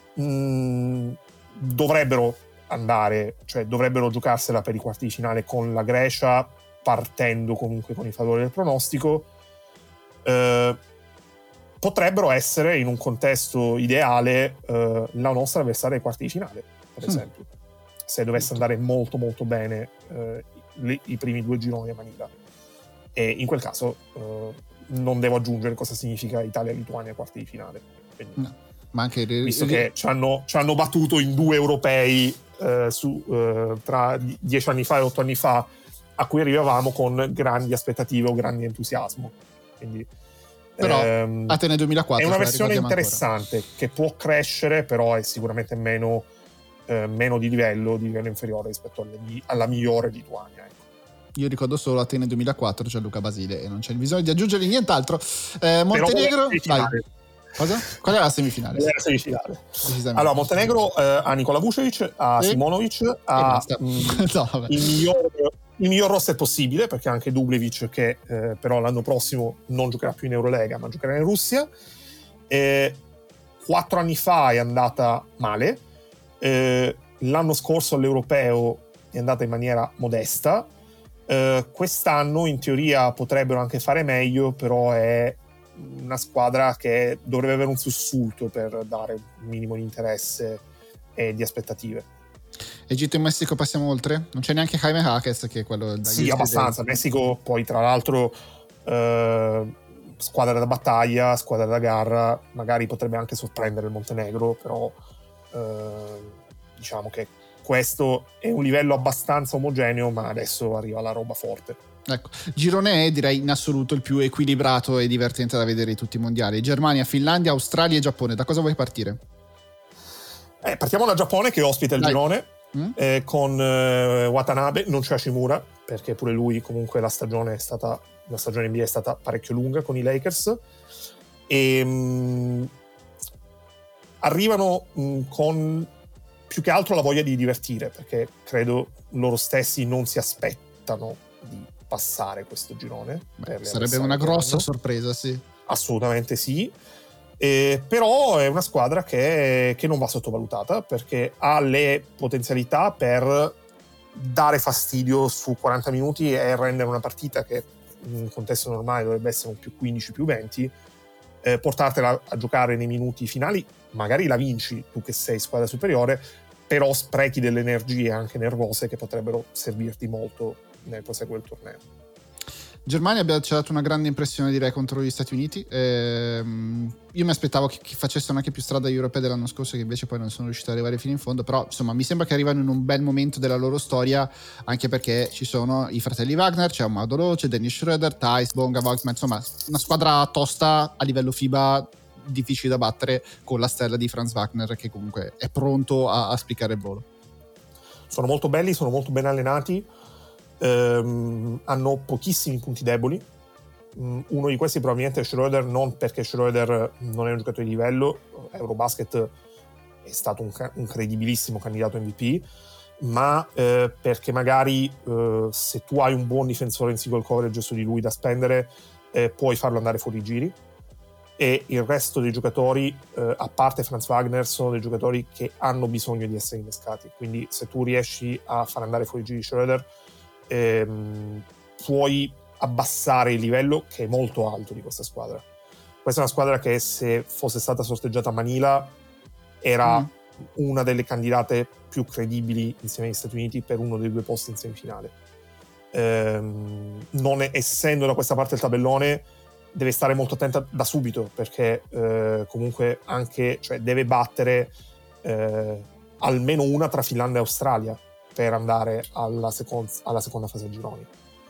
Speaker 6: Mm, dovrebbero andare, cioè dovrebbero giocarsela per i quarti di finale con la Grecia, partendo comunque con i favori del pronostico. Eh, potrebbero essere, in un contesto ideale, eh, la nostra avversaria ai quarti di finale, per mm. esempio, se dovesse andare molto molto bene eh, li, i primi due gironi a Manila. E in quel caso eh, non devo aggiungere cosa significa Italia-Lituania ai quarti di finale. Quindi,
Speaker 5: no, ma anche
Speaker 6: visto che ci hanno, ci hanno battuto in due europei eh, su, eh, tra dieci anni fa e otto anni fa, a cui arrivavamo con grandi aspettative o grandi entusiasmo. Quindi,
Speaker 5: però
Speaker 6: ehm,
Speaker 5: Atene duemilaquattro
Speaker 6: è una versione interessante ancora, che può crescere, però è sicuramente meno, eh, meno di livello, di livello inferiore rispetto alle, alla migliore Lituania. Ecco.
Speaker 5: Io ricordo solo Atene duemilaquattro, cioè Luca Basile, e non c'è bisogno di aggiungere nient'altro. Eh, Montenegro, vai. Cosa? Qual è la semifinale?
Speaker 6: La semifinale. Allora, Montenegro eh, ha Nikola Vucevic, ha e? Simonovic, ha mh, no, il, miglior, il miglior roster possibile, perché ha anche Dublevic, che eh, però l'anno prossimo non giocherà più in Eurolega, ma giocherà in Russia. Eh, quattro anni fa è andata male, eh, l'anno scorso all'Europeo è andata in maniera modesta. Eh, quest'anno in teoria potrebbero anche fare meglio, però è una squadra che dovrebbe avere un sussulto per dare un minimo di interesse e di aspettative.
Speaker 5: Egitto e Messico passiamo oltre? Non c'è neanche Jaime Jaquez, che è quello da
Speaker 6: sì, abbastanza. Dei... Messico poi tra l'altro eh, squadra da battaglia, squadra da gara, magari potrebbe anche sorprendere il Montenegro, però eh, diciamo che questo è un livello abbastanza omogeneo, ma adesso arriva la roba forte.
Speaker 5: Ecco, girone è direi in assoluto il più equilibrato e divertente da vedere di tutti i mondiali. Germania, Finlandia, Australia e Giappone. Da cosa vuoi partire?
Speaker 6: Eh, partiamo da Giappone, che ospita il Dai. girone mm? eh, con eh, Watanabe, non c'è Hashimura, perché pure lui comunque la stagione è stata la stagione N B A è stata parecchio lunga con i Lakers, e mh, arrivano mh, con più che altro la voglia di divertire, perché credo loro stessi non si aspettano di passare questo girone.
Speaker 5: Beh, sarebbe una grossa sorpresa, sì.
Speaker 6: Assolutamente sì. Eh, però è una squadra che, che non va sottovalutata, perché ha le potenzialità per dare fastidio su quaranta minuti e rendere una partita che in un contesto normale dovrebbe essere un più quindici più venti, eh, portartela a giocare nei minuti finali. Magari la vinci tu che sei squadra superiore, però sprechi delle energie anche nervose che potrebbero servirti molto nel proseguo del torneo.
Speaker 5: Germania abbia ci ha dato una grande impressione, direi, contro gli Stati Uniti. Ehm, io mi aspettavo che, che facessero anche più strada agli europei dell'anno scorso, che invece poi non sono riusciti ad arrivare fino in fondo, però insomma mi sembra che arrivano in un bel momento della loro storia, anche perché ci sono i fratelli Wagner, c'è Amadou, c'è Dennis Schroeder, Thais, Bonga, Volkman, insomma una squadra tosta a livello FIBA, difficile da battere, con la stella di Franz Wagner che comunque è pronto a, a spiccare il volo.
Speaker 6: Sono molto belli, sono molto ben allenati, ehm, hanno pochissimi punti deboli. Um, uno di questi probabilmente è Schroeder, non perché Schroeder non è un giocatore di livello, Eurobasket è stato un, un credibilissimo candidato M V P, ma eh, perché magari eh, se tu hai un buon difensore in single coverage su di lui da spendere, eh, puoi farlo andare fuori i giri. E il resto dei giocatori, eh, a parte Franz Wagner, sono dei giocatori che hanno bisogno di essere innescati. Quindi se tu riesci a far andare fuori i giri Schroeder, ehm, puoi abbassare il livello, che è molto alto, di questa squadra. Questa è una squadra che, se fosse stata sorteggiata a Manila, era mm. una delle candidate più credibili insieme agli Stati Uniti per uno dei due posti in semifinale. Ehm, non è, essendo da questa parte del tabellone, deve stare molto attenta da subito, perché eh, comunque anche, cioè, deve battere eh, almeno una tra Finlandia e Australia per andare alla, secon- alla seconda fase a gironi.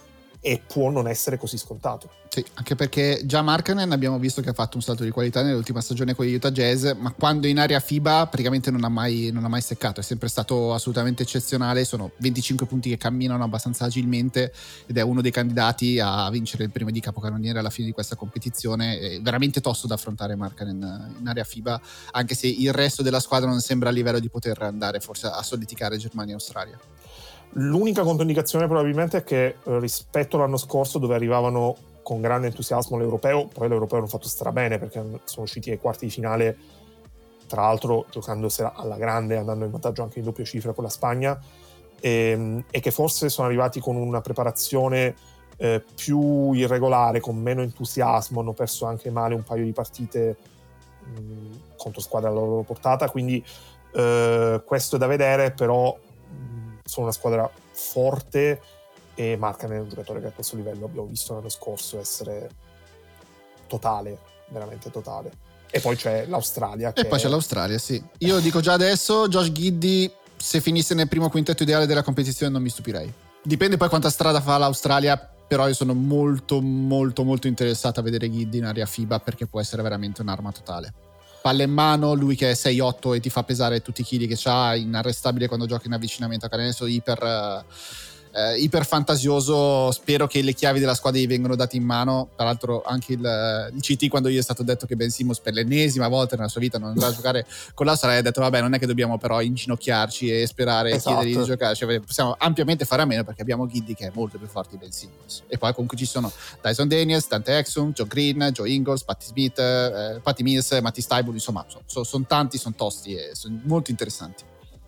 Speaker 6: e può non essere così scontato.
Speaker 5: Sì, anche perché già Markkanen abbiamo visto che ha fatto un salto di qualità nell'ultima stagione con gli Utah Jazz, ma quando in area FIBA praticamente non ha mai, non ha mai seccato, è sempre stato assolutamente eccezionale. Sono venticinque punti che camminano abbastanza agilmente ed è uno dei candidati a vincere il premio di capocannoniere alla fine di questa competizione. È veramente tosto da affrontare Markkanen in area FIBA, anche se il resto della squadra non sembra a livello di poter andare forse a solleticare Germania e Australia.
Speaker 6: L'unica controindicazione probabilmente è che eh, rispetto all'anno scorso, dove arrivavano con grande entusiasmo l'europeo, poi l'europeo hanno fatto strabene perché sono usciti ai quarti di finale, tra l'altro giocandosela alla grande, andando in vantaggio anche in doppia cifra con la Spagna, e, e che forse sono arrivati con una preparazione eh, più irregolare, con meno entusiasmo, hanno perso anche male un paio di partite mh, contro squadre alla loro portata, quindi eh, questo è da vedere, però mh, sono una squadra forte e Markkanen è un giocatore che a questo livello abbiamo visto l'anno scorso essere totale, veramente totale. E poi c'è l'Australia.
Speaker 5: E
Speaker 6: che
Speaker 5: poi c'è l'Australia, sì. Io dico già adesso, Josh Giddey, se finisse nel primo quintetto ideale della competizione non mi stupirei. Dipende poi quanta strada fa l'Australia, però io sono molto molto molto interessato a vedere Giddey in area FIBA perché può essere veramente un'arma totale. Palla in mano, lui che è sei otto e ti fa pesare tutti i chili che c'ha, inarrestabile quando gioca in avvicinamento a canestro, iper... Uh, Eh, iper fantasioso. Spero che le chiavi della squadra gli vengano date in mano. Tra l'altro anche il, il C T, quando gli è stato detto che Ben Simmons per l'ennesima volta nella sua vita non andrà a giocare con l'Australia, ha detto vabbè, non è che dobbiamo però inginocchiarci e sperare
Speaker 6: esatto.
Speaker 5: e chiedergli di giocare, cioè, possiamo ampiamente fare a meno perché abbiamo Giddey che è molto più forte di Ben Simmons. E poi comunque ci sono Dyson Daniels, Dante Exum, Joe Green, Joe Ingles, Patty Smith, eh, Patty Mills, Matty Steibul, insomma sono son, son tanti, sono tosti e sono molto interessanti.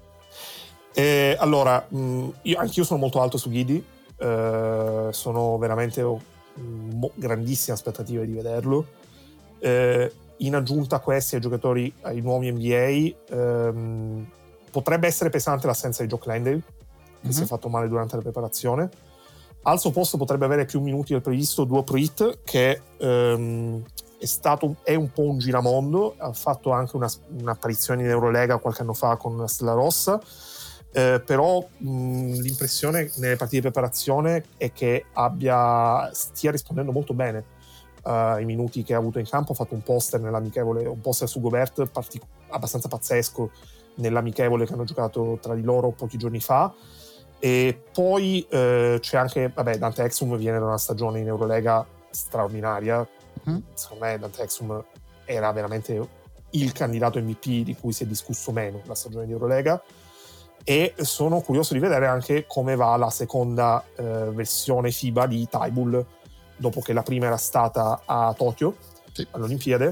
Speaker 6: E allora, mh, io, anch'io sono molto alto su Giddey, eh, sono veramente ho mo, grandissime aspettative di vederlo. Eh, in aggiunta a questi, ai giocatori, ai nuovi N B A, ehm, potrebbe essere pesante l'assenza di Jock Landale, che mm-hmm. si è fatto male durante la preparazione. Al suo posto potrebbe avere più minuti del previsto Duo Prit, che ehm, è stato è un po' un giramondo, ha fatto anche una, un'apparizione in Eurolega qualche anno fa con la Stella Rossa. Eh, però mh, l'impressione nelle partite di preparazione è che abbia stia rispondendo molto bene uh, ai minuti che ha avuto in campo. Ha fatto un poster nell'amichevole, un poster su Gobert partic- abbastanza pazzesco nell'amichevole che hanno giocato tra di loro pochi giorni fa. E poi eh, c'è anche, vabbè, Dante Exum viene da una stagione in Eurolega straordinaria. Mm. Secondo me Dante Exum era veramente il candidato M V P di cui si è discusso meno la stagione di Eurolega. E sono curioso di vedere anche come va la seconda eh, versione FIBA di Thybulle, dopo che la prima era stata a Tokyo, sì. all'Olimpiade,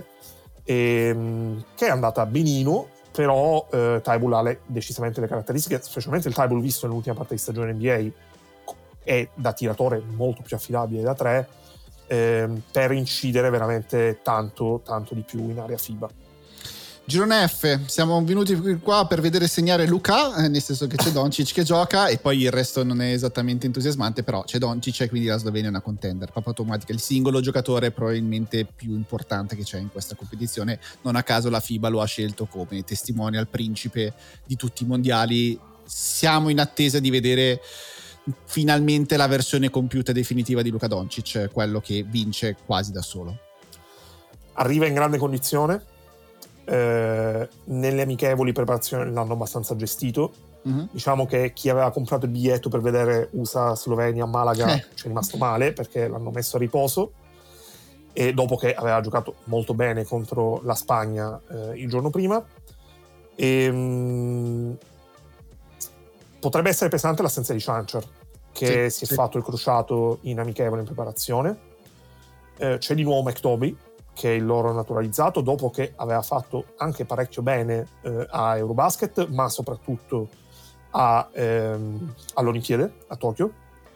Speaker 6: e, che è andata benino, però eh, Thybulle ha le, decisamente le caratteristiche, specialmente il Thybulle visto nell'ultima parte di stagione N B A è da tiratore molto più affidabile da tre, eh, per incidere veramente tanto, tanto di più in area FIBA.
Speaker 5: Girone F, siamo venuti qua per vedere segnare Luka, nel senso che c'è Doncic che gioca e poi il resto non è esattamente entusiasmante, però c'è Doncic e quindi la Slovenia è una contender, proprio automatica, il singolo giocatore probabilmente più importante che c'è in questa competizione. Non a caso la FIBA lo ha scelto come testimonial principe di tutti i mondiali. Siamo in attesa di vedere finalmente la versione compiuta definitiva di Luka Doncic, quello che vince quasi da solo.
Speaker 6: Arriva in grande condizione. Eh, nelle amichevoli preparazioni l'hanno abbastanza gestito. Mm-hmm. Diciamo che chi aveva comprato il biglietto per vedere U S A Slovenia a Malaga eh. ci è rimasto male perché l'hanno messo a riposo, e dopo che aveva giocato molto bene contro la Spagna eh, il giorno prima. E, mh, potrebbe essere pesante l'assenza di Chancer, che sì, si è sì. fatto il crociato in amichevole in preparazione. Eh, c'è di nuovo McToby, che è il loro naturalizzato, dopo che aveva fatto anche parecchio bene eh, a Eurobasket, ma soprattutto a, ehm, all'Olimpiade a Tokyo.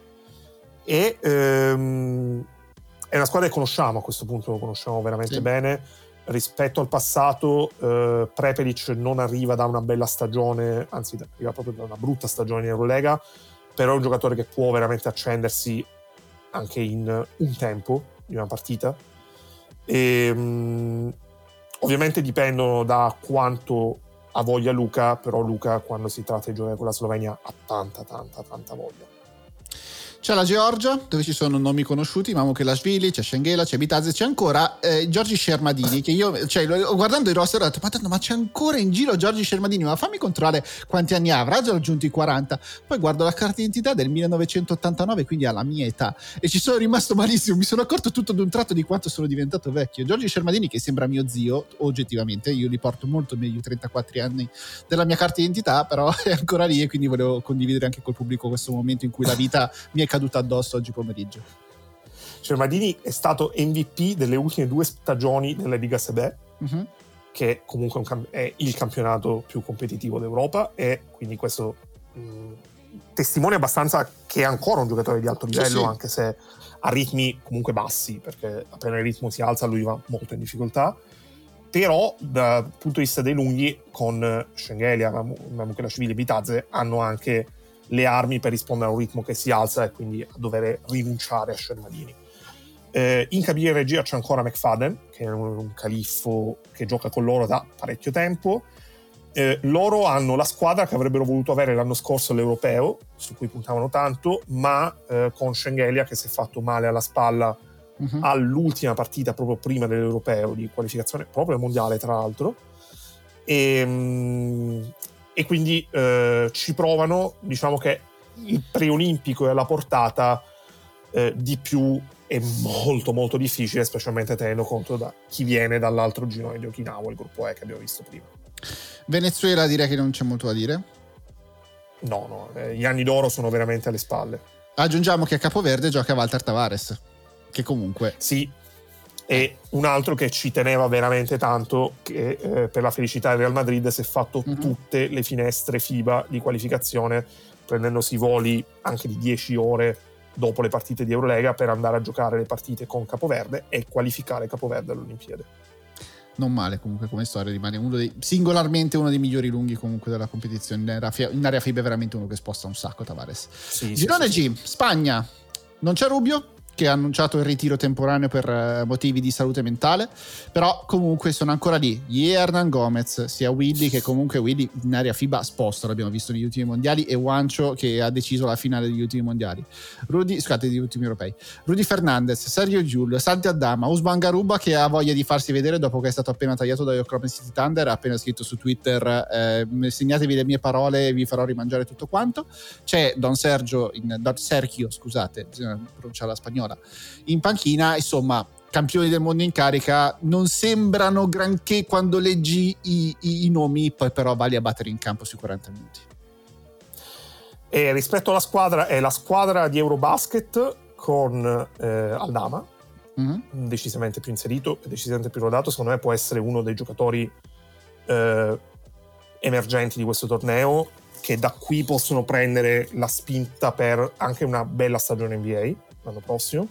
Speaker 6: E ehm, è una squadra che conosciamo, a questo punto lo conosciamo veramente sì. bene. Rispetto al passato, eh, Prepelic non arriva da una bella stagione, anzi arriva proprio da una brutta stagione in Eurolega, però è un giocatore che può veramente accendersi anche in un tempo di una partita. E, um, ovviamente dipendono da quanto ha voglia Luka, però Luka quando si tratta di giocare con la Slovenia ha tanta tanta tanta voglia.
Speaker 5: C'è la Georgia, dove ci sono nomi conosciuti, Mamoukelashvili, c'è Shenghela, c'è Bitadze, c'è ancora eh, Giorgi Shermadini, che io, cioè, lo, guardando i roster ho detto, ma, tanto, ma c'è ancora in giro Giorgi Shermadini, ma fammi controllare quanti anni ha, avrà già raggiunto i quaranta. Poi guardo la carta d'identità del millenovecentottantanove, quindi alla mia età, e ci sono rimasto malissimo, mi sono accorto tutto d'un tratto di quanto sono diventato vecchio. Giorgi Shermadini, che sembra mio zio, oggettivamente, io li porto molto meglio i trentaquattro anni della mia carta d'identità, però è ancora lì, e quindi volevo condividere anche col pubblico questo momento in cui la vita mi è caduta addosso oggi pomeriggio.
Speaker 6: Shermadini è stato M V P delle ultime due stagioni nella Liga S B, uh-huh. che comunque è, un camp- è il campionato più competitivo d'Europa, e quindi questo mh, testimonia abbastanza che è ancora un giocatore di alto livello, sì, sì. anche se a ritmi comunque bassi, perché appena il ritmo si alza lui va molto in difficoltà. Però dal punto di vista dei lunghi, con Shenghela, Mamoukelashvili e Bitadze hanno anche le armi per rispondere a un ritmo che si alza e quindi a dover rinunciare a Shermadini. Eh, in cabina di regia c'è ancora McFadden, che è un, un califfo che gioca con loro da parecchio tempo. Eh, loro hanno la squadra che avrebbero voluto avere l'anno scorso all'Europeo, su cui puntavano tanto, ma eh, con Shenghela che si è fatto male alla spalla uh-huh. all'ultima partita proprio prima dell'Europeo di qualificazione, proprio al mondiale tra l'altro, e, e quindi eh, ci provano. Diciamo che il preolimpico è alla portata, eh, di più è molto molto difficile, specialmente tenendo conto da chi viene dall'altro girone di Okinawa, il gruppo E che abbiamo visto prima.
Speaker 5: Venezuela direi che non c'è molto da dire.
Speaker 6: No, no, eh, gli anni d'oro sono veramente alle spalle.
Speaker 5: Aggiungiamo che a Capoverde gioca Walter Tavares, che comunque...
Speaker 6: Sì, e un altro che ci teneva veramente tanto, che eh, per la felicità del Real Madrid si è fatto mm-hmm. tutte le finestre FIBA di qualificazione, prendendosi voli anche di dieci ore dopo le partite di Eurolega per andare a giocare le partite con Capoverde e qualificare Capoverde alle Olimpiadi.
Speaker 5: Non male comunque come storia, rimane uno dei, singolarmente uno dei migliori lunghi comunque della competizione. In area, in area FIBA è veramente uno che sposta un sacco Tavares. Sì, Girone sì, sì, G, sì. Spagna, non c'è Rubio, che ha annunciato il ritiro temporaneo per uh, motivi di salute mentale, però comunque sono ancora lì sia Hernan Gomez sia Willy, che comunque Willy in area FIBA sposta, l'abbiamo visto negli ultimi mondiali, e Juancho che ha deciso la finale degli ultimi mondiali, Rudy, scusate, degli ultimi europei, Rudy Fernandez, Sergio Giul, Santi Adama, Usman Garuba, che ha voglia di farsi vedere dopo che è stato appena tagliato da Oklahoma City Thunder, ha appena scritto su Twitter eh, segnatevi le mie parole e vi farò rimangiare tutto quanto. C'è Don Sergio in, Don Sergio scusate, bisogna pronunciare la spagnola, in panchina. Insomma, campioni del mondo in carica, non sembrano granché quando leggi i, i, i nomi, poi però vali a battere in campo sui quaranta minuti.
Speaker 6: E rispetto alla squadra, è la squadra di Eurobasket con eh, Aldama, mm-hmm. decisamente più inserito e decisamente più rodato. Secondo me può essere uno dei giocatori eh, emergenti di questo torneo, che da qui possono prendere la spinta per anche una bella stagione N B A l'anno prossimo.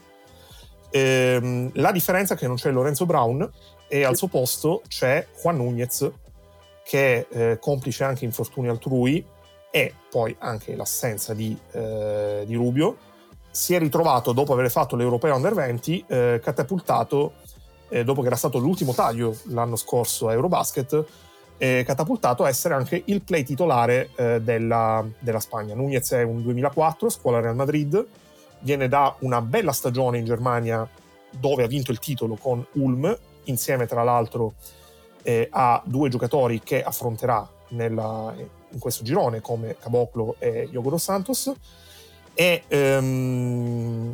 Speaker 6: Ehm, la differenza è che non c'è Lorenzo Brown e al suo posto c'è Juan Núñez, che è eh, complice anche infortuni altrui e poi anche l'assenza di, eh, di Rubio, si è ritrovato dopo aver fatto l'Europeo Under venti eh, catapultato, eh, dopo che era stato l'ultimo taglio l'anno scorso a Eurobasket, eh, catapultato a essere anche il play titolare eh, della, della Spagna. Núñez è un duemilaquattro, scuola Real Madrid, viene da una bella stagione in Germania dove ha vinto il titolo con Ulm, insieme tra l'altro eh, a due giocatori che affronterà nella, in questo girone come Caboclo e Diogo Dos Santos, e, um,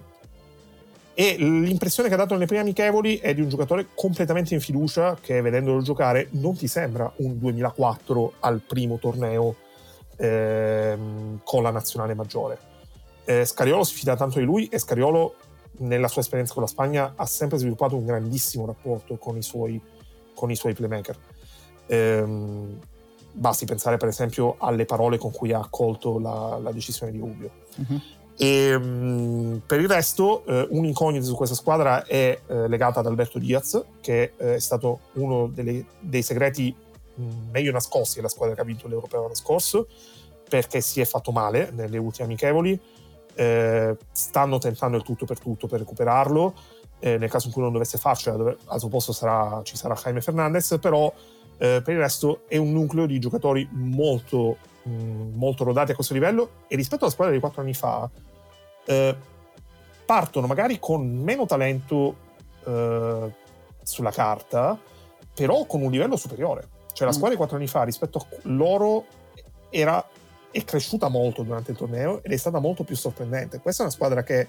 Speaker 6: e l'impressione che ha dato nelle prime amichevoli è di un giocatore completamente in fiducia, che vedendolo giocare non ti sembra un duemilaquattro al primo torneo eh, con la nazionale maggiore. Eh, Scariolo si fida tanto di lui, e Scariolo nella sua esperienza con la Spagna ha sempre sviluppato un grandissimo rapporto con i suoi, con i suoi playmaker. Ehm, basti pensare per esempio alle parole con cui ha accolto la, la decisione di Rubio. Uh-huh. E, um, per il resto eh, un'incognita su questa squadra è eh, legata ad Alberto Diaz, che eh, è stato uno delle, dei segreti mh, meglio nascosti della squadra che ha vinto l'Europeo l'anno scorso, perché si è fatto male nelle ultime amichevoli. Eh, stanno tentando il tutto per tutto per recuperarlo, eh, nel caso in cui non dovesse farcela, dove, al suo posto sarà, ci sarà Jaime Fernandez, però eh, per il resto è un nucleo di giocatori molto, mh, molto rodati a questo livello, e rispetto alla squadra di quattro anni fa eh, partono magari con meno talento eh, sulla carta, però con un livello superiore. Cioè la squadra di quattro anni fa rispetto a loro era, è cresciuta molto durante il torneo ed è stata molto più sorprendente. Questa è una squadra che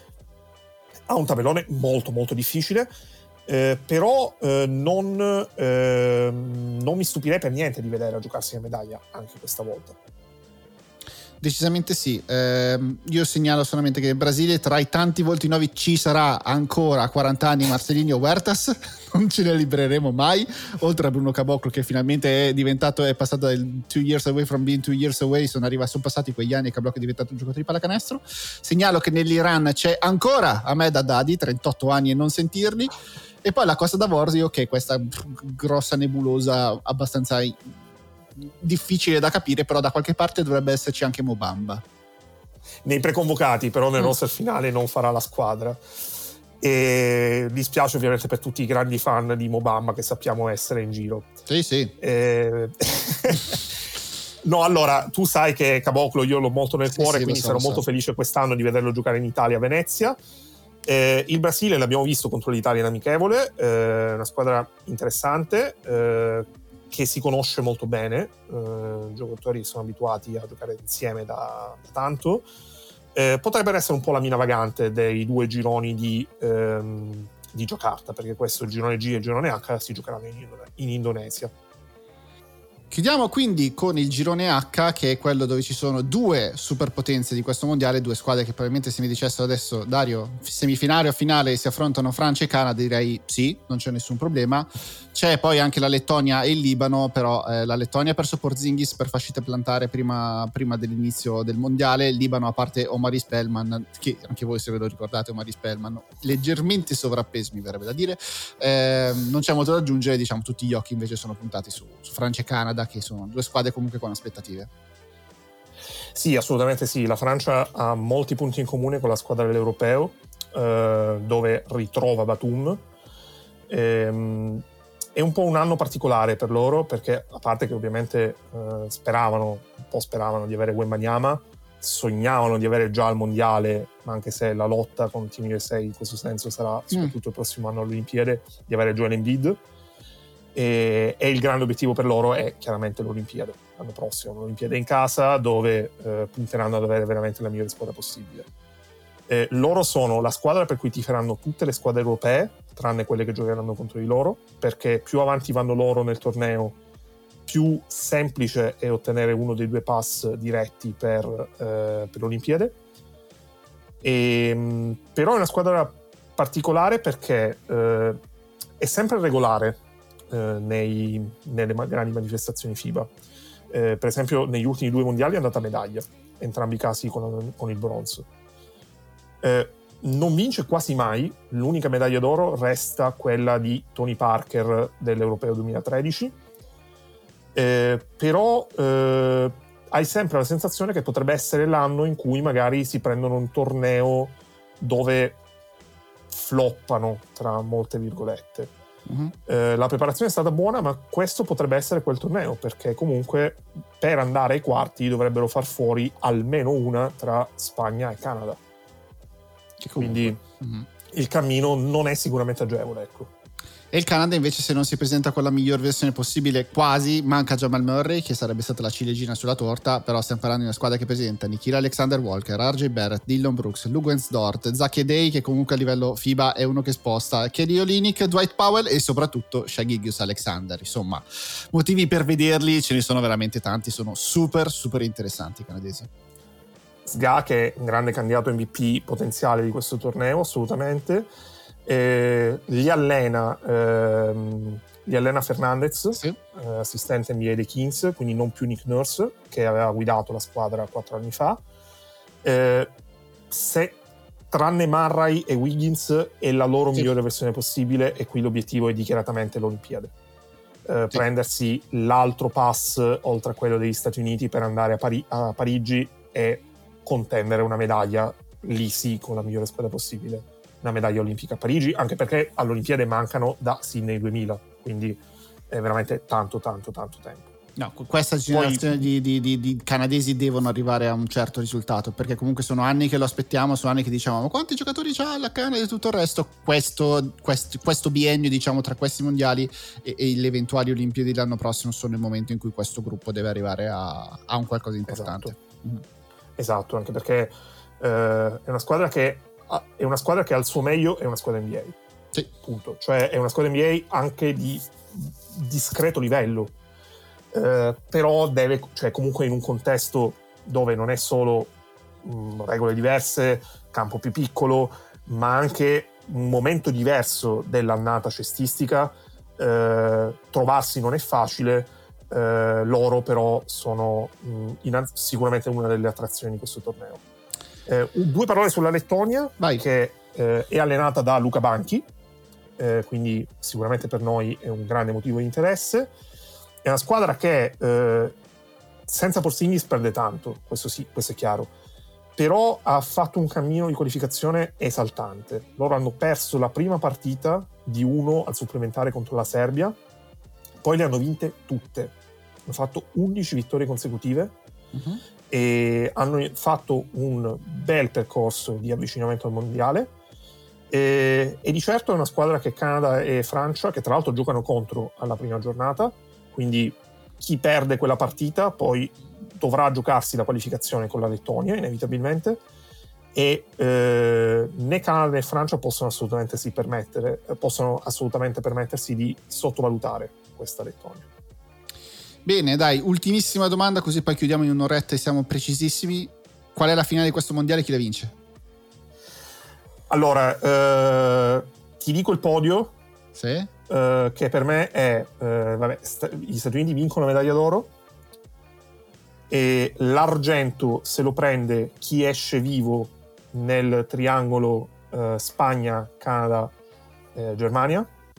Speaker 6: ha un tabellone molto molto difficile, eh, però eh, non, eh, non mi stupirei per niente di vedere a giocarsi la medaglia anche questa volta.
Speaker 5: Decisamente sì. Eh, io segnalo solamente che nel Brasile tra i tanti volti nuovi ci sarà ancora a quaranta anni Marcelinho Huertas, non ce ne libereremo mai, oltre a Bruno Caboclo che finalmente è diventato, è passato dal two years away from being two years away, sono arrivati, sono passati quegli anni e Caboclo è diventato un giocatore di pallacanestro. Segnalo che nell'Iran c'è ancora Ahmed Haddadi, trentotto anni e non sentirli, e poi la Costa d'Avorio che è questa grossa nebulosa abbastanza difficile da capire, però da qualche parte dovrebbe esserci anche Mo Bamba
Speaker 6: nei preconvocati, però nel
Speaker 5: mm.
Speaker 6: roster finale non farà la squadra, e dispiace ovviamente per tutti i grandi fan di Mo Bamba che sappiamo essere in giro.
Speaker 5: Sì sì
Speaker 6: eh... No, allora tu sai che Caboclo io l'ho molto nel
Speaker 5: sì,
Speaker 6: cuore,
Speaker 5: sì,
Speaker 6: quindi
Speaker 5: so,
Speaker 6: sarò
Speaker 5: so.
Speaker 6: molto felice quest'anno di vederlo giocare in Italia a Venezia. Eh, il Brasile l'abbiamo visto contro l'Italia in amichevole, eh, una squadra interessante, eh, che si conosce molto bene, eh, i giocatori sono abituati a giocare insieme da, da tanto, eh, potrebbero essere un po' la mina vagante dei due gironi di, ehm, di Giacarta, perché questo, il girone G e il girone H, si giocheranno in, Indone- in Indonesia.
Speaker 5: Chiudiamo quindi con il girone H, che è quello dove ci sono due superpotenze di questo mondiale, due squadre che probabilmente se mi dicessero adesso Dario, semifinale o finale si affrontano Francia e Canada, direi sì, non c'è nessun problema. C'è poi anche la Lettonia e il Libano, però eh, la Lettonia ha perso Porzingis per fascite plantare prima, prima dell'inizio del mondiale, il Libano a parte Omari Spellman, che anche voi se ve lo ricordate Omari Spellman, leggermente sovrappeso mi verrebbe da dire, eh, non c'è molto da aggiungere, diciamo tutti gli occhi invece sono puntati su, su Francia e Canada, che sono due squadre comunque con aspettative.
Speaker 6: Sì, assolutamente sì, la Francia ha molti punti in comune con la squadra dell'Europeo, eh, dove ritrova Batum. Ehm, è un po' un anno particolare per loro, perché a parte che ovviamente eh, speravano, un po' speravano di avere Wembanyama, sognavano di avere già il mondiale, ma anche se la lotta con il Team U S A in questo senso sarà soprattutto mm. il prossimo anno alle Olimpiadi, di avere Joel Embiid. E, e il grande obiettivo per loro è chiaramente l'Olimpiade l'anno prossimo, l'Olimpiade in casa, dove eh, punteranno ad avere veramente la migliore squadra possibile. Eh, loro sono la squadra per cui tiferanno tutte le squadre europee, tranne quelle che giocheranno contro di loro, perché più avanti vanno loro nel torneo, più semplice è ottenere uno dei due pass diretti per, eh, per l'Olimpiade. E, però è una squadra particolare perché eh, è sempre regolare Nei, nelle grandi manifestazioni FIBA. Eh, per esempio negli ultimi due mondiali è andata a medaglia, entrambi i casi con, con il bronzo. Eh, non vince quasi mai, l'unica medaglia d'oro resta quella di Tony Parker dell'Europeo duemilatredici, eh, però eh, hai sempre la sensazione che potrebbe essere l'anno in cui magari si prendono un torneo dove floppano, tra molte virgolette. Uh-huh. Eh, la preparazione è stata buona, ma questo potrebbe essere quel torneo, perché comunque per andare ai quarti dovrebbero far fuori almeno una tra Spagna e Canada, quindi uh-huh. il cammino non è sicuramente agevole, ecco.
Speaker 5: E il Canada invece, se non si presenta con la miglior versione possibile, quasi manca Jamal Murray, che sarebbe stata la ciliegina sulla torta, però stiamo parlando di una squadra che presenta Nickeil Alexander-Walker, R J Barrett, Dillon Brooks, Luguentz Dort, Zach Edey, che comunque a livello FIBA è uno che sposta, Kelly Olynyk, Dwight Powell e soprattutto Shai Gilgeous-Alexander. Insomma, motivi per vederli ce ne sono veramente tanti, sono super super interessanti i canadesi.
Speaker 6: S G A, che è un grande candidato M V P potenziale di questo torneo, assolutamente. Eh, li allena ehm, li allena Fernandez, sì. eh, assistente N B A dei Kings, quindi non più Nick Nurse, che aveva guidato la squadra quattro anni fa. Eh, se tranne Murray e Wiggins è la loro sì. migliore versione possibile, e qui l'obiettivo è dichiaratamente l'Olimpiade. Eh, sì. Prendersi l'altro pass oltre a quello degli Stati Uniti per andare a, Pari- a Parigi e contendere una medaglia lì sì con la migliore squadra possibile, una medaglia olimpica a Parigi, anche perché all'Olimpiade mancano da Sydney duemila, quindi è veramente tanto tanto tanto tempo.
Speaker 5: No, questa generazione Poi, di, di, di, di canadesi devono arrivare a un certo risultato, perché comunque sono anni che lo aspettiamo, sono anni che diciamo ma quanti giocatori c'ha la Canada e tutto il resto. Questo, questo, questo biennio, diciamo, tra questi mondiali e, e le eventuali Olimpiadi l'anno prossimo sono il momento in cui questo gruppo deve arrivare a, a un qualcosa di importante.
Speaker 6: Esatto, mm. esatto anche perché eh, è una squadra che è una squadra che al suo meglio è una squadra N B A.
Speaker 5: Sì. Punto.
Speaker 6: Cioè è una squadra N B A anche di discreto livello. Uh, però deve, cioè comunque in un contesto dove non è solo mh, regole diverse, campo più piccolo, ma anche un momento diverso dell'annata cestistica, uh, trovarsi non è facile. Uh, loro però sono mh, innanz- sicuramente una delle attrazioni di questo torneo. Uh, due parole sulla Lettonia. Vai. Che uh, è allenata da Luca Banchi, uh, quindi sicuramente per noi è un grande motivo di interesse. È una squadra che eh, senza Porzingis perde tanto, questo sì, questo è chiaro, però ha fatto un cammino di qualificazione esaltante. Loro hanno perso la prima partita di uno al supplementare contro la Serbia, poi le hanno vinte tutte. Hanno fatto undici vittorie consecutive uh-huh. e hanno fatto un bel percorso di avvicinamento al mondiale. E, e di certo è una squadra che Canada e Francia, che tra l'altro giocano contro alla prima giornata, quindi chi perde quella partita poi dovrà giocarsi la qualificazione con la Lettonia inevitabilmente, e eh, né Canada né Francia possono assolutamente si permettere possono assolutamente permettersi di sottovalutare questa Lettonia.
Speaker 5: Bene, dai, ultimissima domanda così poi chiudiamo in un'oretta e siamo precisissimi. Qual è la finale di questo mondiale? Chi la vince?
Speaker 6: Allora eh, ti dico il podio.
Speaker 5: Sì.
Speaker 6: Uh, che per me è uh, vabbè, sta- gli Stati Uniti vincono la medaglia d'oro e l'argento se lo prende chi esce vivo nel triangolo uh, Spagna, Canada, eh, Germania,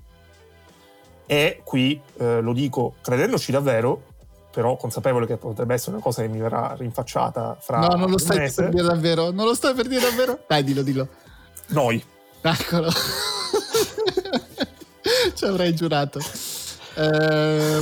Speaker 6: e qui uh, lo dico credendoci davvero, però consapevole che potrebbe essere una cosa che mi verrà rinfacciata fra
Speaker 5: no non lo
Speaker 6: un
Speaker 5: stai
Speaker 6: mese.
Speaker 5: per dire davvero non lo stai per dire davvero dai dillo dillo
Speaker 6: noi
Speaker 5: eccolo. Ci avrei giurato. Eh,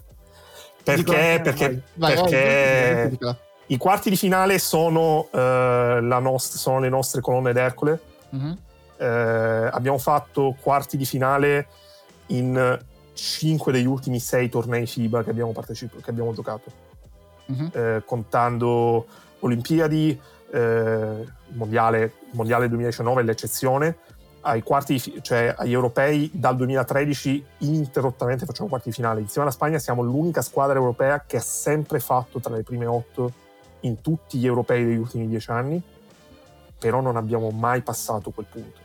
Speaker 6: perché perché,
Speaker 5: vai,
Speaker 6: perché
Speaker 5: vai, vai,
Speaker 6: i quarti di finale sono, eh, la nost- sono le nostre colonne d'Ercole. Uh-huh. Eh, abbiamo fatto quarti di finale in cinque degli ultimi sei tornei FIBA che abbiamo partecipato, che abbiamo giocato, uh-huh. eh, contando Olimpiadi, eh, mondiale, mondiale duemiladiciannove è l'eccezione. Ai quarti, cioè agli europei dal duemilatredici ininterrottamente facciamo quarti di finale. Insieme alla Spagna siamo l'unica squadra europea che ha sempre fatto tra le prime otto in tutti gli europei degli ultimi dieci anni, però non abbiamo mai passato quel punto.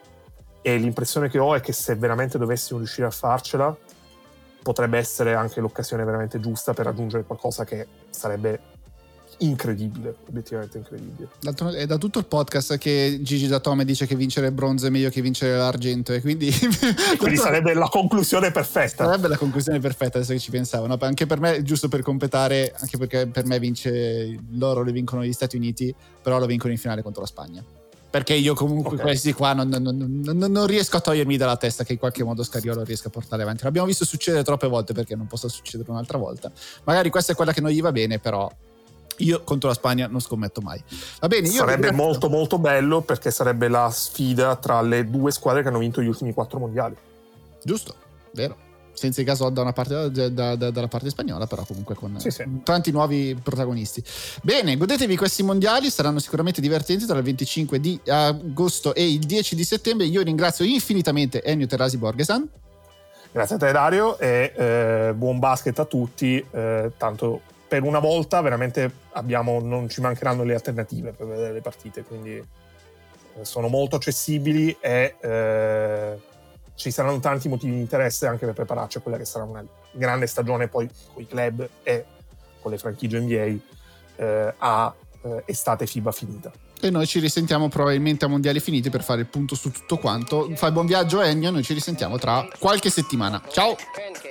Speaker 6: E l'impressione che ho è che se veramente dovessimo riuscire a farcela, potrebbe essere anche l'occasione veramente giusta per raggiungere qualcosa che sarebbe incredibile, obiettivamente incredibile.
Speaker 5: È da tutto il podcast che Gigi D'Atome dice che vincere il bronzo è meglio che vincere l'argento, e quindi,
Speaker 6: e quindi sarebbe la conclusione perfetta.
Speaker 5: Sarebbe la conclusione perfetta, adesso che ci pensavo, no? Anche per me, giusto per completare, anche perché per me vince loro, le vincono gli Stati Uniti, però lo vincono in finale contro la Spagna. Perché io comunque okay. questi qua non, non, non, non riesco a togliermi dalla testa che in qualche modo Scariolo riesca a portare avanti. L'abbiamo visto succedere troppe volte, perché non possa succedere un'altra volta. Magari questa è quella che non gli va bene, però io contro la Spagna non scommetto mai. Va bene, io
Speaker 6: sarebbe molto molto bello, perché sarebbe la sfida tra le due squadre che hanno vinto gli ultimi quattro mondiali.
Speaker 5: Giusto, vero. Senza i Gasol da una parte, da, da, dalla parte spagnola, però comunque con
Speaker 6: sì, sì.
Speaker 5: tanti nuovi protagonisti. Bene, godetevi questi mondiali, saranno sicuramente divertenti tra il venticinque di agosto e il dieci di settembre. Io ringrazio infinitamente Ennio Terrasi Borgesan.
Speaker 6: Grazie a te Dario, e eh, buon basket a tutti, eh, tanto per una volta veramente abbiamo, non ci mancheranno le alternative per vedere le partite, quindi eh, sono molto accessibili e eh, ci saranno tanti motivi di interesse anche per prepararci a quella che sarà una grande stagione poi con i club e con le franchigie N B A eh, a eh, estate FIBA finita.
Speaker 5: E noi ci risentiamo probabilmente a mondiali finiti per fare il punto su tutto quanto. Fai buon viaggio Ennio, noi ci risentiamo tra qualche settimana. Ciao!